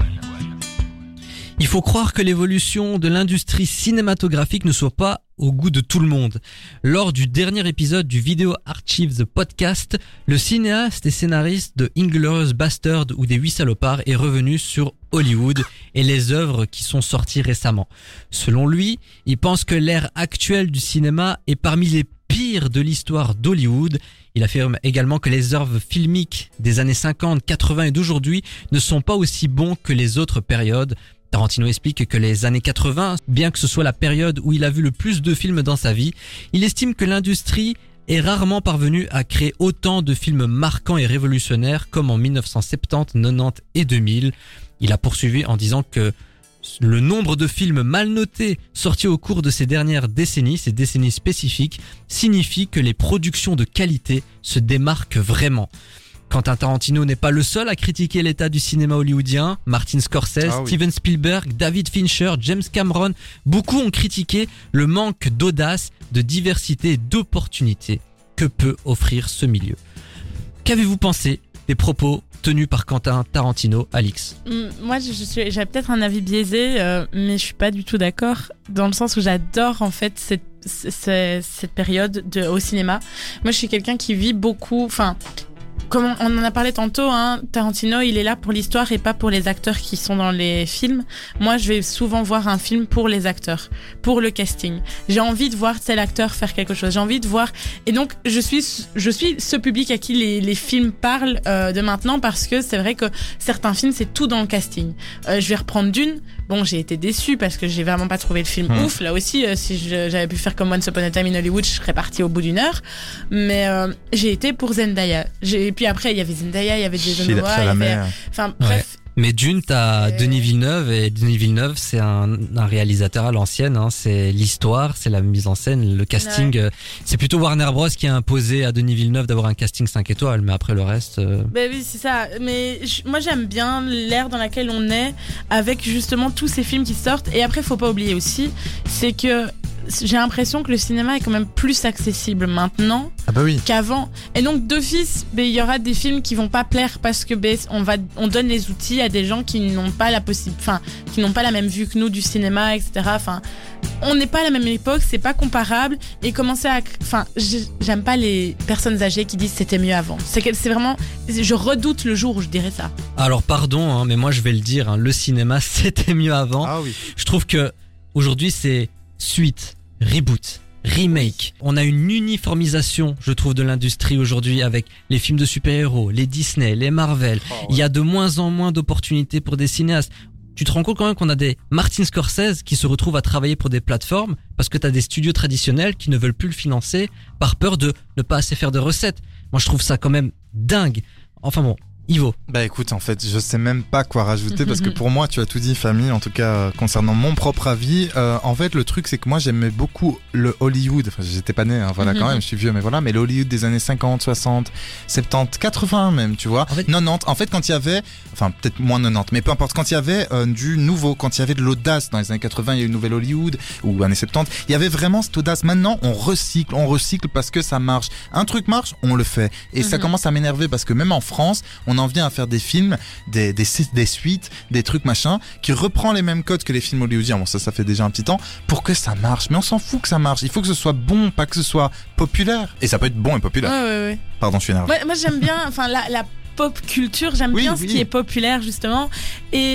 Speaker 2: Il faut croire que l'évolution de l'industrie cinématographique ne soit pas au goût de tout le monde. Lors du dernier épisode du Video Archives podcast, le cinéaste et scénariste de Inglourious Bastard ou des Huit Salopards est revenu sur Hollywood et les œuvres qui sont sorties récemment. Selon lui, il pense que l'ère actuelle du cinéma est parmi les pires de l'histoire d'Hollywood. Il affirme également que les œuvres filmiques des années cinquante, quatre-vingts et d'aujourd'hui ne sont pas aussi bons que les autres périodes. Tarantino explique que les années quatre-vingts, bien que ce soit la période où il a vu le plus de films dans sa vie, il estime que l'industrie est rarement parvenue à créer autant de films marquants et révolutionnaires comme en mille neuf cent soixante-dix, quatre-vingt-dix et deux mille. Il a poursuivi en disant que le nombre de films mal notés sortis au cours de ces dernières décennies, ces décennies spécifiques, signifie que les productions de qualité se démarquent vraiment. Quentin Tarantino n'est pas le seul à critiquer l'état du cinéma hollywoodien. Martin Scorsese,
Speaker 4: Ah oui.
Speaker 2: Steven Spielberg, David Fincher, James Cameron, beaucoup ont critiqué le manque d'audace, de diversité et d'opportunités que peut offrir ce milieu. Qu'avez-vous pensé des propos tenus par Quentin Tarantino, Alix?
Speaker 3: Mm, Moi, je, je suis, j'ai peut-être un avis biaisé, euh, mais je suis pas du tout d'accord, dans le sens où j'adore en fait cette, cette, cette période de, au cinéma. Moi, je suis quelqu'un qui vit beaucoup, enfin, comme on, on en a parlé tantôt, hein, Tarantino, il est là pour l'histoire et pas pour les acteurs qui sont dans les films. Moi, je vais souvent voir un film pour les acteurs, pour le casting. J'ai envie de voir tel acteur faire quelque chose. J'ai envie de voir, et donc je suis, je suis ce public à qui les, les films parlent euh, de maintenant, parce que c'est vrai que certains films, c'est tout dans le casting. Euh, je vais reprendre Dune. Bon, j'ai été déçue parce que j'ai vraiment pas trouvé le film
Speaker 4: Hmm.
Speaker 3: ouf. Là aussi, euh, si je- j'avais pu faire comme Once Upon a Time in Hollywood, je serais partie au bout d'une heure. Mais euh, j'ai été pour Zendaya. J'ai, et puis après, il y avait Zendaya, il y avait Jason
Speaker 4: Chil-
Speaker 3: Momoa, il y avait...
Speaker 4: Chalamet.
Speaker 3: Enfin, bref.
Speaker 2: Mais Dune, t'as
Speaker 3: Et-
Speaker 2: Denis Villeneuve, et Denis Villeneuve, c'est un, un réalisateur à l'ancienne, hein. C'est l'histoire, c'est la mise en scène, le casting. euh, C'est plutôt Warner Bros qui a imposé à Denis Villeneuve d'avoir un casting cinq étoiles, mais après le reste... euh,
Speaker 3: Ben oui, c'est ça. Mais je- moi, j'aime bien l'ère dans laquelle on est, avec justement tous ces films qui sortent. Et après, faut pas oublier aussi, c'est que j'ai l'impression que le cinéma est quand même plus accessible maintenant
Speaker 4: Ah bah oui.
Speaker 3: qu'avant. Et donc, d'office, ben, il y aura des films qui vont pas plaire parce que ben, on va, on donne les outils à des gens qui n'ont pas la possible, enfin, qui n'ont pas la même vue que nous du cinéma, et cetera. Enfin, on n'est pas à la même époque, c'est pas comparable. Et commencer à, enfin, j'ai- j'aime pas les personnes âgées qui disent c'était mieux avant. C'est que- c'est vraiment, je redoute le jour où je dirais ça.
Speaker 2: Alors pardon, hein, mais moi je vais le dire, hein, le cinéma c'était mieux avant.
Speaker 4: Ah oui.
Speaker 2: Je trouve que aujourd'hui c'est suite, reboot, remake. On a une uniformisation, je trouve, de l'industrie aujourd'hui avec les films de super-héros, les Disney, les Marvel. Il y a de moins en moins d'opportunités pour des cinéastes. Tu te rends compte quand même qu'on a des Martin Scorsese qui se retrouvent à travailler pour des plateformes parce que t'as des studios traditionnels qui ne veulent plus le financer par peur de ne pas assez faire de recettes. Moi je trouve ça quand même dingue. Enfin bon, Ivo.
Speaker 4: Bah écoute, en fait, je sais même pas quoi rajouter parce que pour moi, tu as tout dit, famille. En tout cas, euh, concernant mon propre avis, euh, en fait, le truc, c'est que moi, j'aimais beaucoup le Hollywood. Enfin, j'étais pas né, hein, voilà, quand même, je suis vieux, mais voilà. Mais le Hollywood des années cinquante, soixante, soixante-dix, quatre-vingts même, tu vois.
Speaker 2: En fait-
Speaker 4: quatre-vingt-dix. En fait, quand il y avait, enfin, peut-être moins quatre-vingt-dix, mais peu importe, quand il y avait euh, du nouveau, quand il y avait de l'audace dans les années quatre-vingts, il y a eu une nouvelle Hollywood ou années soixante-dix. Il y avait vraiment cette audace. Maintenant, on recycle, on recycle parce que ça marche. Un truc marche, on le fait. Et ça
Speaker 3: Mhm.
Speaker 4: commence à m'énerver parce que même en France, on en vient à faire des films, des, des, des suites, des trucs machin, qui reprend les mêmes codes que les films hollywoodiens. Bon, ça, ça fait déjà un petit temps, pour que ça marche. Mais on s'en fout que ça marche. Il faut que ce soit bon, pas que ce soit populaire. Et ça peut être bon et
Speaker 3: Ouais,
Speaker 4: populaire.
Speaker 3: ouais, ouais.
Speaker 4: Pardon, je suis énervé.
Speaker 3: Moi, moi, j'aime bien, enfin, la, la pop culture, j'aime
Speaker 4: Oui,
Speaker 3: bien
Speaker 4: oui.
Speaker 3: ce qui est populaire, justement. Et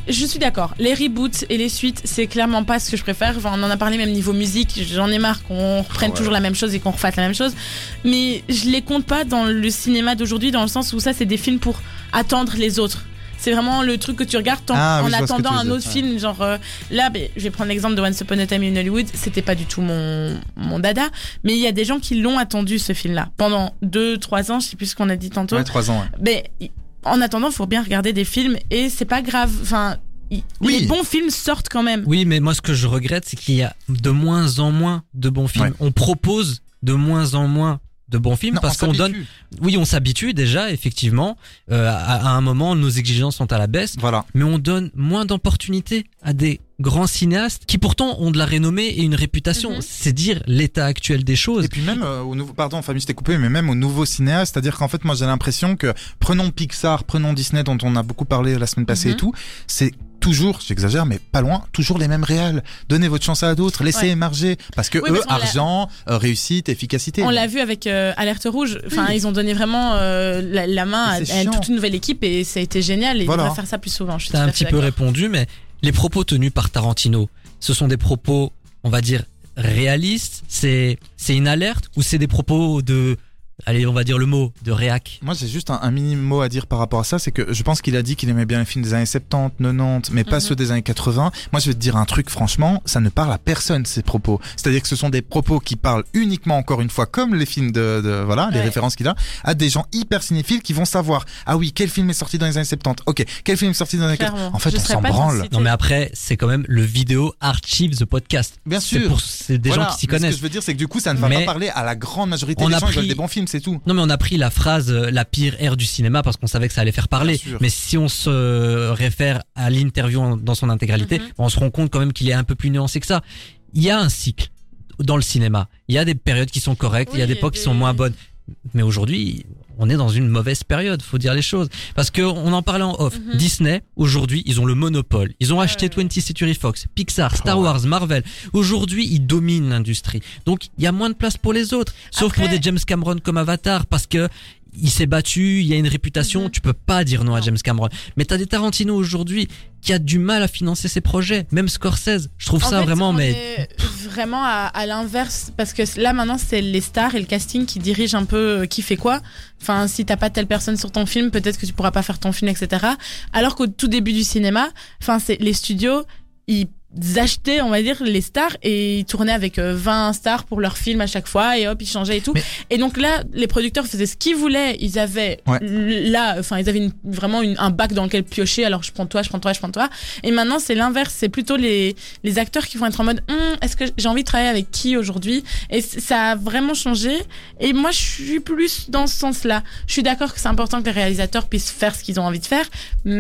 Speaker 3: je suis d'accord. Les reboots et les suites, c'est clairement pas ce que je préfère. Enfin, on en a parlé même niveau musique. J'en ai marre qu'on reprenne
Speaker 4: Ouais.
Speaker 3: toujours la même chose et qu'on refasse la même chose. Mais je les compte pas dans le cinéma d'aujourd'hui, dans le sens où ça, c'est des films pour attendre les autres. C'est vraiment le truc que tu regardes tant-
Speaker 4: Ah, oui,
Speaker 3: en
Speaker 4: je vois ce que
Speaker 3: attendant
Speaker 4: tu veux
Speaker 3: un
Speaker 4: dire,
Speaker 3: autre
Speaker 4: ouais.
Speaker 3: film. Genre euh, là, ben, je vais prendre l'exemple de Once Upon a Time in Hollywood. C'était pas du tout mon mon dada, mais il y a des gens qui l'ont attendu ce film-là pendant deux, trois ans. Je sais plus ce qu'on a dit tantôt.
Speaker 4: Ouais, trois ans. Ouais.
Speaker 3: Mais y- en attendant, faut bien regarder des films et c'est pas grave. Enfin, y-
Speaker 4: Oui.
Speaker 3: les bons films sortent quand même.
Speaker 2: Oui, mais moi ce que je regrette, c'est qu'il y a de moins en moins de bons films.
Speaker 4: Ouais.
Speaker 2: On propose de moins en moins de bons films
Speaker 4: Non,
Speaker 2: parce
Speaker 4: on
Speaker 2: qu'on donne.
Speaker 4: s'habitue.
Speaker 2: Oui, on s'habitue déjà, effectivement. Euh, à, à un moment, nos exigences sont à la baisse,
Speaker 4: Voilà.
Speaker 2: mais on donne moins d'opportunités à des grands cinéastes qui pourtant ont de la renommée et une réputation.
Speaker 3: Mhm.
Speaker 2: C'est dire l'état actuel des choses.
Speaker 4: Et puis même euh, au nouveau, pardon, Fabien, je t'ai coupé, mais même au nouveau cinéaste, c'est-à-dire qu'en fait, moi, j'ai l'impression que prenons Pixar, prenons Disney, dont on a beaucoup parlé la semaine passée
Speaker 3: Mhm.
Speaker 4: et tout, c'est toujours, j'exagère, mais pas loin, toujours les mêmes réals. Donnez votre chance à d'autres, laissez
Speaker 3: Ouais.
Speaker 4: émerger, parce que
Speaker 3: Oui,
Speaker 4: eux,
Speaker 3: parce qu'on l'a-
Speaker 4: argent, euh, réussite, efficacité.
Speaker 3: On l'a vu avec euh, Alerte Rouge. Enfin,
Speaker 4: Oui.
Speaker 3: ils ont donné vraiment euh, la, la main à,
Speaker 4: Et c'est
Speaker 3: à
Speaker 4: chiant.
Speaker 3: toute une nouvelle équipe et ça a été génial. Et
Speaker 4: Voilà.
Speaker 3: ils devraient faire ça plus souvent. Je suis
Speaker 2: T'as
Speaker 3: tout
Speaker 2: un
Speaker 3: à
Speaker 2: petit
Speaker 3: fait
Speaker 2: peu
Speaker 3: d'accord.
Speaker 2: répondu, mais les propos tenus par Tarantino, ce sont des propos, on va dire, réalistes. C'est c'est une alerte ou c'est des propos de, allez, on va dire le mot de réac.
Speaker 4: Moi, j'ai juste un, un mini mot à dire par rapport à ça, c'est que je pense qu'il a dit qu'il aimait bien les films des années soixante-dix, quatre-vingt-dix, mais pas
Speaker 3: Mhm.
Speaker 4: ceux des années quatre-vingts. Moi, je vais te dire un truc, franchement, ça ne parle à personne, ces propos. C'est-à-dire que ce sont des propos qui parlent uniquement, encore une fois, comme les films de, de voilà, les
Speaker 3: Ouais.
Speaker 4: références qu'il a, à des gens hyper cinéphiles qui vont savoir, ah oui, quel film est sorti dans les années soixante-dix, ok, quel film est sorti dans les années
Speaker 3: Clairement.
Speaker 4: quatre-vingts. En fait,
Speaker 3: Je
Speaker 4: on
Speaker 3: serais
Speaker 4: s'en
Speaker 3: pas
Speaker 4: branle.
Speaker 3: censée-
Speaker 2: Non mais après, c'est quand même le vidéo Archive the podcast.
Speaker 4: Bien
Speaker 2: C'est
Speaker 4: sûr.
Speaker 2: pour c'est des
Speaker 4: Voilà.
Speaker 2: gens qui s'y
Speaker 4: Mais Ce
Speaker 2: connaissent.
Speaker 4: que je veux dire, c'est que du coup, ça ne va
Speaker 2: Mais
Speaker 4: pas parler à la grande majorité
Speaker 2: on
Speaker 4: des
Speaker 2: a
Speaker 4: gens, ils veulent
Speaker 2: pris-
Speaker 4: des bons films, c'est tout.
Speaker 2: Non mais on a pris la phrase euh, la pire ère du cinéma parce qu'on savait que ça allait faire parler.
Speaker 4: Bien sûr.
Speaker 2: Mais si on se réfère à l'interview en- dans son intégralité,
Speaker 3: Mhm.
Speaker 2: on se rend compte quand même qu'il est un peu plus nuancé que ça. Il y a un cycle dans le cinéma. Il y a des périodes qui sont correctes, il y a
Speaker 3: Oui,
Speaker 2: des
Speaker 3: il y a
Speaker 2: époques qui
Speaker 3: des-
Speaker 2: sont moins bonnes. Mais aujourd'hui, on est dans une mauvaise période, faut dire les choses. Parce que on en parlait en off.
Speaker 3: Mhm.
Speaker 2: Disney, aujourd'hui, ils ont le monopole. Ils ont
Speaker 3: Ouais,
Speaker 2: acheté
Speaker 3: ouais.
Speaker 2: twentieth Century Fox, Pixar, Star
Speaker 4: Ouais.
Speaker 2: Wars, Marvel. Aujourd'hui, ils dominent l'industrie. Donc, il y a moins de place pour les autres. Sauf
Speaker 3: Après-
Speaker 2: pour des James Cameron comme Avatar, parce que il s'est battu, il y a une réputation,
Speaker 3: Mhm.
Speaker 2: tu peux pas dire non, à
Speaker 3: Non.
Speaker 2: James Cameron. Mais t'as des Tarantino aujourd'hui qui a du mal à financer ses projets, même Scorsese. Je trouve
Speaker 3: En
Speaker 2: ça
Speaker 3: fait,
Speaker 2: vraiment,
Speaker 3: on
Speaker 2: mais
Speaker 3: est vraiment à, à l'inverse parce que là maintenant c'est les stars et le casting qui dirigent un peu euh, qui fait quoi. Enfin, si t'as pas telle personne sur ton film, peut-être que tu pourras pas faire ton film, et cetera. Alors qu'au tout début du cinéma, enfin c'est les studios, ils achetaient, on va dire, les stars et ils tournaient avec euh, vingt stars pour leur film à chaque fois et hop ils changeaient et tout.
Speaker 4: Mais-
Speaker 3: Et donc là, les producteurs faisaient ce qu'ils voulaient. Ils avaient
Speaker 4: Ouais.
Speaker 3: l- là, enfin ils avaient une- vraiment une- un bac dans lequel piocher. Alors je prends toi, je prends toi, je prends toi. Et maintenant c'est l'inverse. C'est plutôt les les acteurs qui vont être en mode Hum, est-ce que j'ai envie de travailler avec qui aujourd'hui. Et c- ça a vraiment changé. Et moi je suis plus dans ce sens-là. Je suis d'accord que c'est important que les réalisateurs puissent faire ce qu'ils ont envie de faire,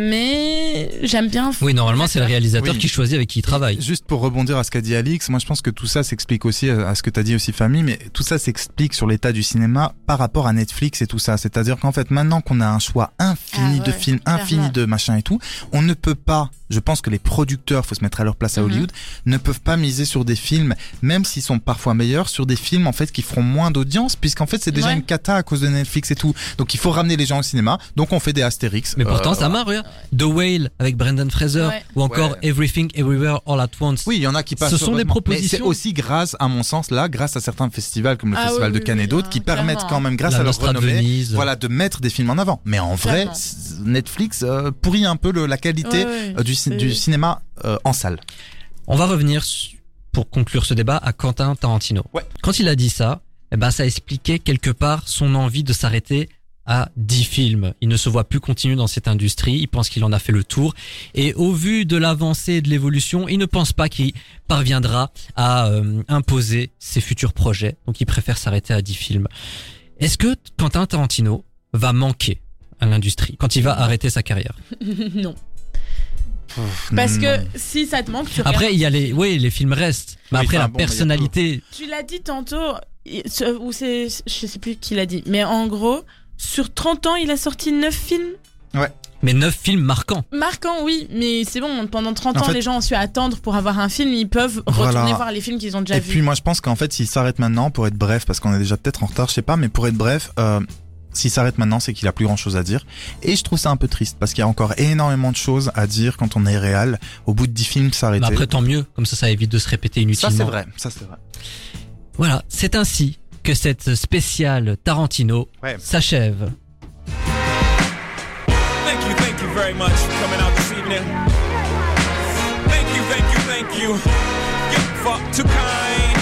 Speaker 3: mais j'aime bien.
Speaker 2: oui, normalement, c'est le réalisateur
Speaker 4: Oui.
Speaker 2: qui choisit avec qui il travaille.
Speaker 4: Juste pour rebondir à ce qu'a dit Alix, moi je pense que tout ça s'explique aussi à à ce que t'as dit aussi Famille, mais tout ça s'explique sur l'état du cinéma par rapport à Netflix et tout ça. C'est-à-dire qu'en fait maintenant qu'on a un choix infini
Speaker 3: Ah ouais,
Speaker 4: de films, infini
Speaker 3: clairement.
Speaker 4: de machins et tout, on ne peut pas, je pense que les producteurs, faut se mettre à leur place à
Speaker 3: Mhm.
Speaker 4: Hollywood, ne peuvent pas miser sur des films, même s'ils sont parfois meilleurs, sur des films en fait qui feront moins d'audience, puisqu'en fait c'est déjà
Speaker 3: Ouais.
Speaker 4: une cata à cause de Netflix et tout. Donc il faut ramener les gens au cinéma, donc on fait des Astérix.
Speaker 2: Mais pourtant,
Speaker 4: Euh,
Speaker 2: ça marche, regarde. The Whale avec Brendan Fraser
Speaker 3: Ouais.
Speaker 2: ou encore
Speaker 4: Ouais.
Speaker 2: Everything Everywhere All at Once.
Speaker 4: Oui, il y en a qui passent.
Speaker 2: Ce sont des
Speaker 4: heureusement.
Speaker 2: propositions.
Speaker 4: Mais c'est aussi grâce, à mon sens, là, grâce à certains festivals comme le
Speaker 3: Ah
Speaker 4: Festival
Speaker 3: oui,
Speaker 4: de
Speaker 3: oui,
Speaker 4: Cannes et
Speaker 3: oui,
Speaker 4: d'autres,
Speaker 3: hein,
Speaker 4: qui permettent
Speaker 3: clairement.
Speaker 4: quand même, grâce
Speaker 2: La
Speaker 4: à leur
Speaker 2: Nostra de
Speaker 4: renommée,
Speaker 2: Venise.
Speaker 4: voilà, de mettre des films en avant. Mais en vrai,
Speaker 3: Clairement.
Speaker 4: c- Netflix euh, pourrit un peu le- la qualité
Speaker 3: Ouais, ouais,
Speaker 4: euh, du, ci-
Speaker 3: c'est-
Speaker 4: du cinéma euh, en salle.
Speaker 2: On va revenir su- pour conclure ce débat à Quentin Tarantino.
Speaker 4: Ouais.
Speaker 2: Quand il a dit ça, eh ben ça expliquait quelque part son envie de s'arrêter à dix films. Il ne se voit plus continuer dans cette industrie, il pense qu'il en a fait le tour et au vu de l'avancée et de l'évolution, il ne pense pas qu'il parviendra à euh, imposer ses futurs projets. Donc il préfère s'arrêter à dix films. Est-ce que Quentin Tarantino va manquer à l'industrie quand il va arrêter sa carrière?
Speaker 3: non. Parce
Speaker 4: Non.
Speaker 3: que si ça te manque, tu
Speaker 2: Après,
Speaker 3: regardes.
Speaker 2: il y a les, oui, les films restent. Mais
Speaker 4: Oui,
Speaker 2: après,
Speaker 4: enfin,
Speaker 2: la
Speaker 4: bon, il y a
Speaker 2: personnalité,
Speaker 3: Tu l'as dit tantôt, et- ce- ou c'est, je sais plus qui l'a dit, mais en gros, sur trente ans, il a sorti neuf films.
Speaker 2: mais neuf films marquants.
Speaker 3: Marquant, oui, mais c'est bon, pendant trente
Speaker 4: En
Speaker 3: ans,
Speaker 4: fait-
Speaker 3: les gens ont su attendre pour avoir un film, ils peuvent
Speaker 4: Voilà.
Speaker 3: retourner voir les films qu'ils ont déjà
Speaker 4: Et
Speaker 3: vus.
Speaker 4: puis moi je pense qu'en fait s'il s'arrête maintenant, pour être bref, parce qu'on est déjà peut-être en retard, je sais pas, mais pour être bref, euh, S'il s'arrête maintenant, c'est qu'il a plus grand chose à dire. Et je trouve ça un peu triste parce qu'il y a encore énormément de choses à dire quand on est réal. Au bout de dix films, s'arrêter.
Speaker 2: Bah après, tant mieux. Comme ça, ça évite de se répéter inutilement.
Speaker 4: Ça, c'est vrai. Ça, c'est vrai.
Speaker 2: Voilà. C'est ainsi que cette spéciale Tarantino
Speaker 4: Ouais.
Speaker 2: s'achève.
Speaker 6: Thank you, thank you very much for coming out this evening. Thank you, thank you, thank you. You're far too kind.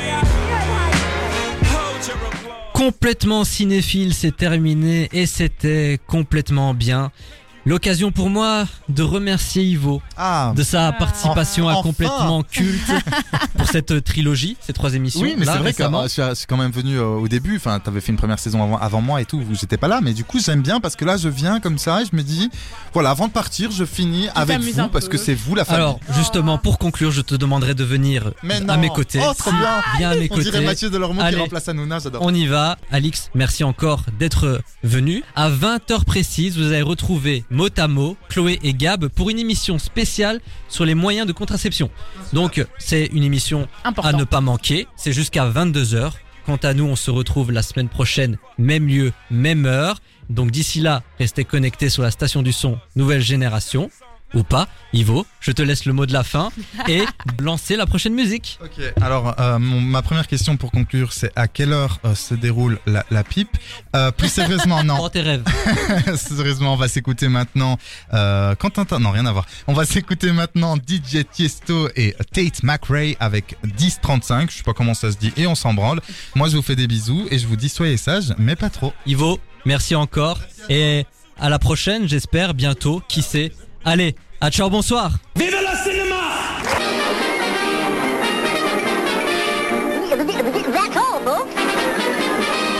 Speaker 6: Hold your applause.
Speaker 2: Complètement cinéphile, c'est terminé et c'était complètement bien. L'occasion pour moi de remercier Ivo
Speaker 4: Ah.
Speaker 2: de sa participation
Speaker 4: Enfin.
Speaker 2: à Complètement Culte pour cette trilogie, ces trois émissions.
Speaker 4: Oui, mais
Speaker 2: là,
Speaker 4: c'est vrai que
Speaker 2: récemment.
Speaker 4: euh, je suis- je suis quand même venu euh, au début. Enfin, t'avais fait une première saison avant, avant moi et tout. Vous, j'étais pas là, mais du coup, j'aime bien parce que là, je viens comme ça et je me dis, voilà, avant de partir, je finis avec
Speaker 3: t'amuses
Speaker 4: vous
Speaker 3: un
Speaker 4: parce
Speaker 3: peu.
Speaker 4: que c'est vous la famille.
Speaker 2: Alors, justement, pour conclure, je te demanderai de venir
Speaker 4: Mais
Speaker 2: à
Speaker 4: non.
Speaker 2: mes côtés.
Speaker 4: Oh, trop bien.
Speaker 2: Bien à mes
Speaker 4: On dirait
Speaker 2: côtés.
Speaker 4: Mathieu Delormeau qui
Speaker 2: Allez.
Speaker 4: remplace Hanouna, j'adore.
Speaker 2: On y va. Alix, merci encore d'être venu. À vingt heures précises, vous allez retrouver mot à mot Chloé et Gab pour une émission spéciale sur les moyens de contraception. Donc, c'est une émission
Speaker 3: Important.
Speaker 2: à ne pas manquer. C'est jusqu'à vingt-deux heures. Quant à nous, on se retrouve la semaine prochaine, même lieu, même heure. Donc d'ici là, restez connectés sur la station du son Nouvelle Génération. Ou pas. Ivo, je te laisse le mot de la fin et lancer la prochaine musique.
Speaker 4: Ok, alors euh, mon- ma première question pour conclure, c'est à quelle heure euh, se déroule la, la pipe euh, Plus sérieusement, non.
Speaker 2: Prends tes rêves.
Speaker 4: Sérieusement, on va s'écouter maintenant euh, Quentin Tar- non rien à voir. On va s'écouter maintenant D J Tiesto et Tate McRae avec dix trente-cinq, je sais pas comment ça se dit et on s'en branle. Moi je vous fais des bisous et je vous dis soyez sages mais pas trop.
Speaker 2: Ivo, merci encore et à la prochaine, j'espère bientôt, qui sait. Allez, à ciao, bonsoir.
Speaker 6: Vive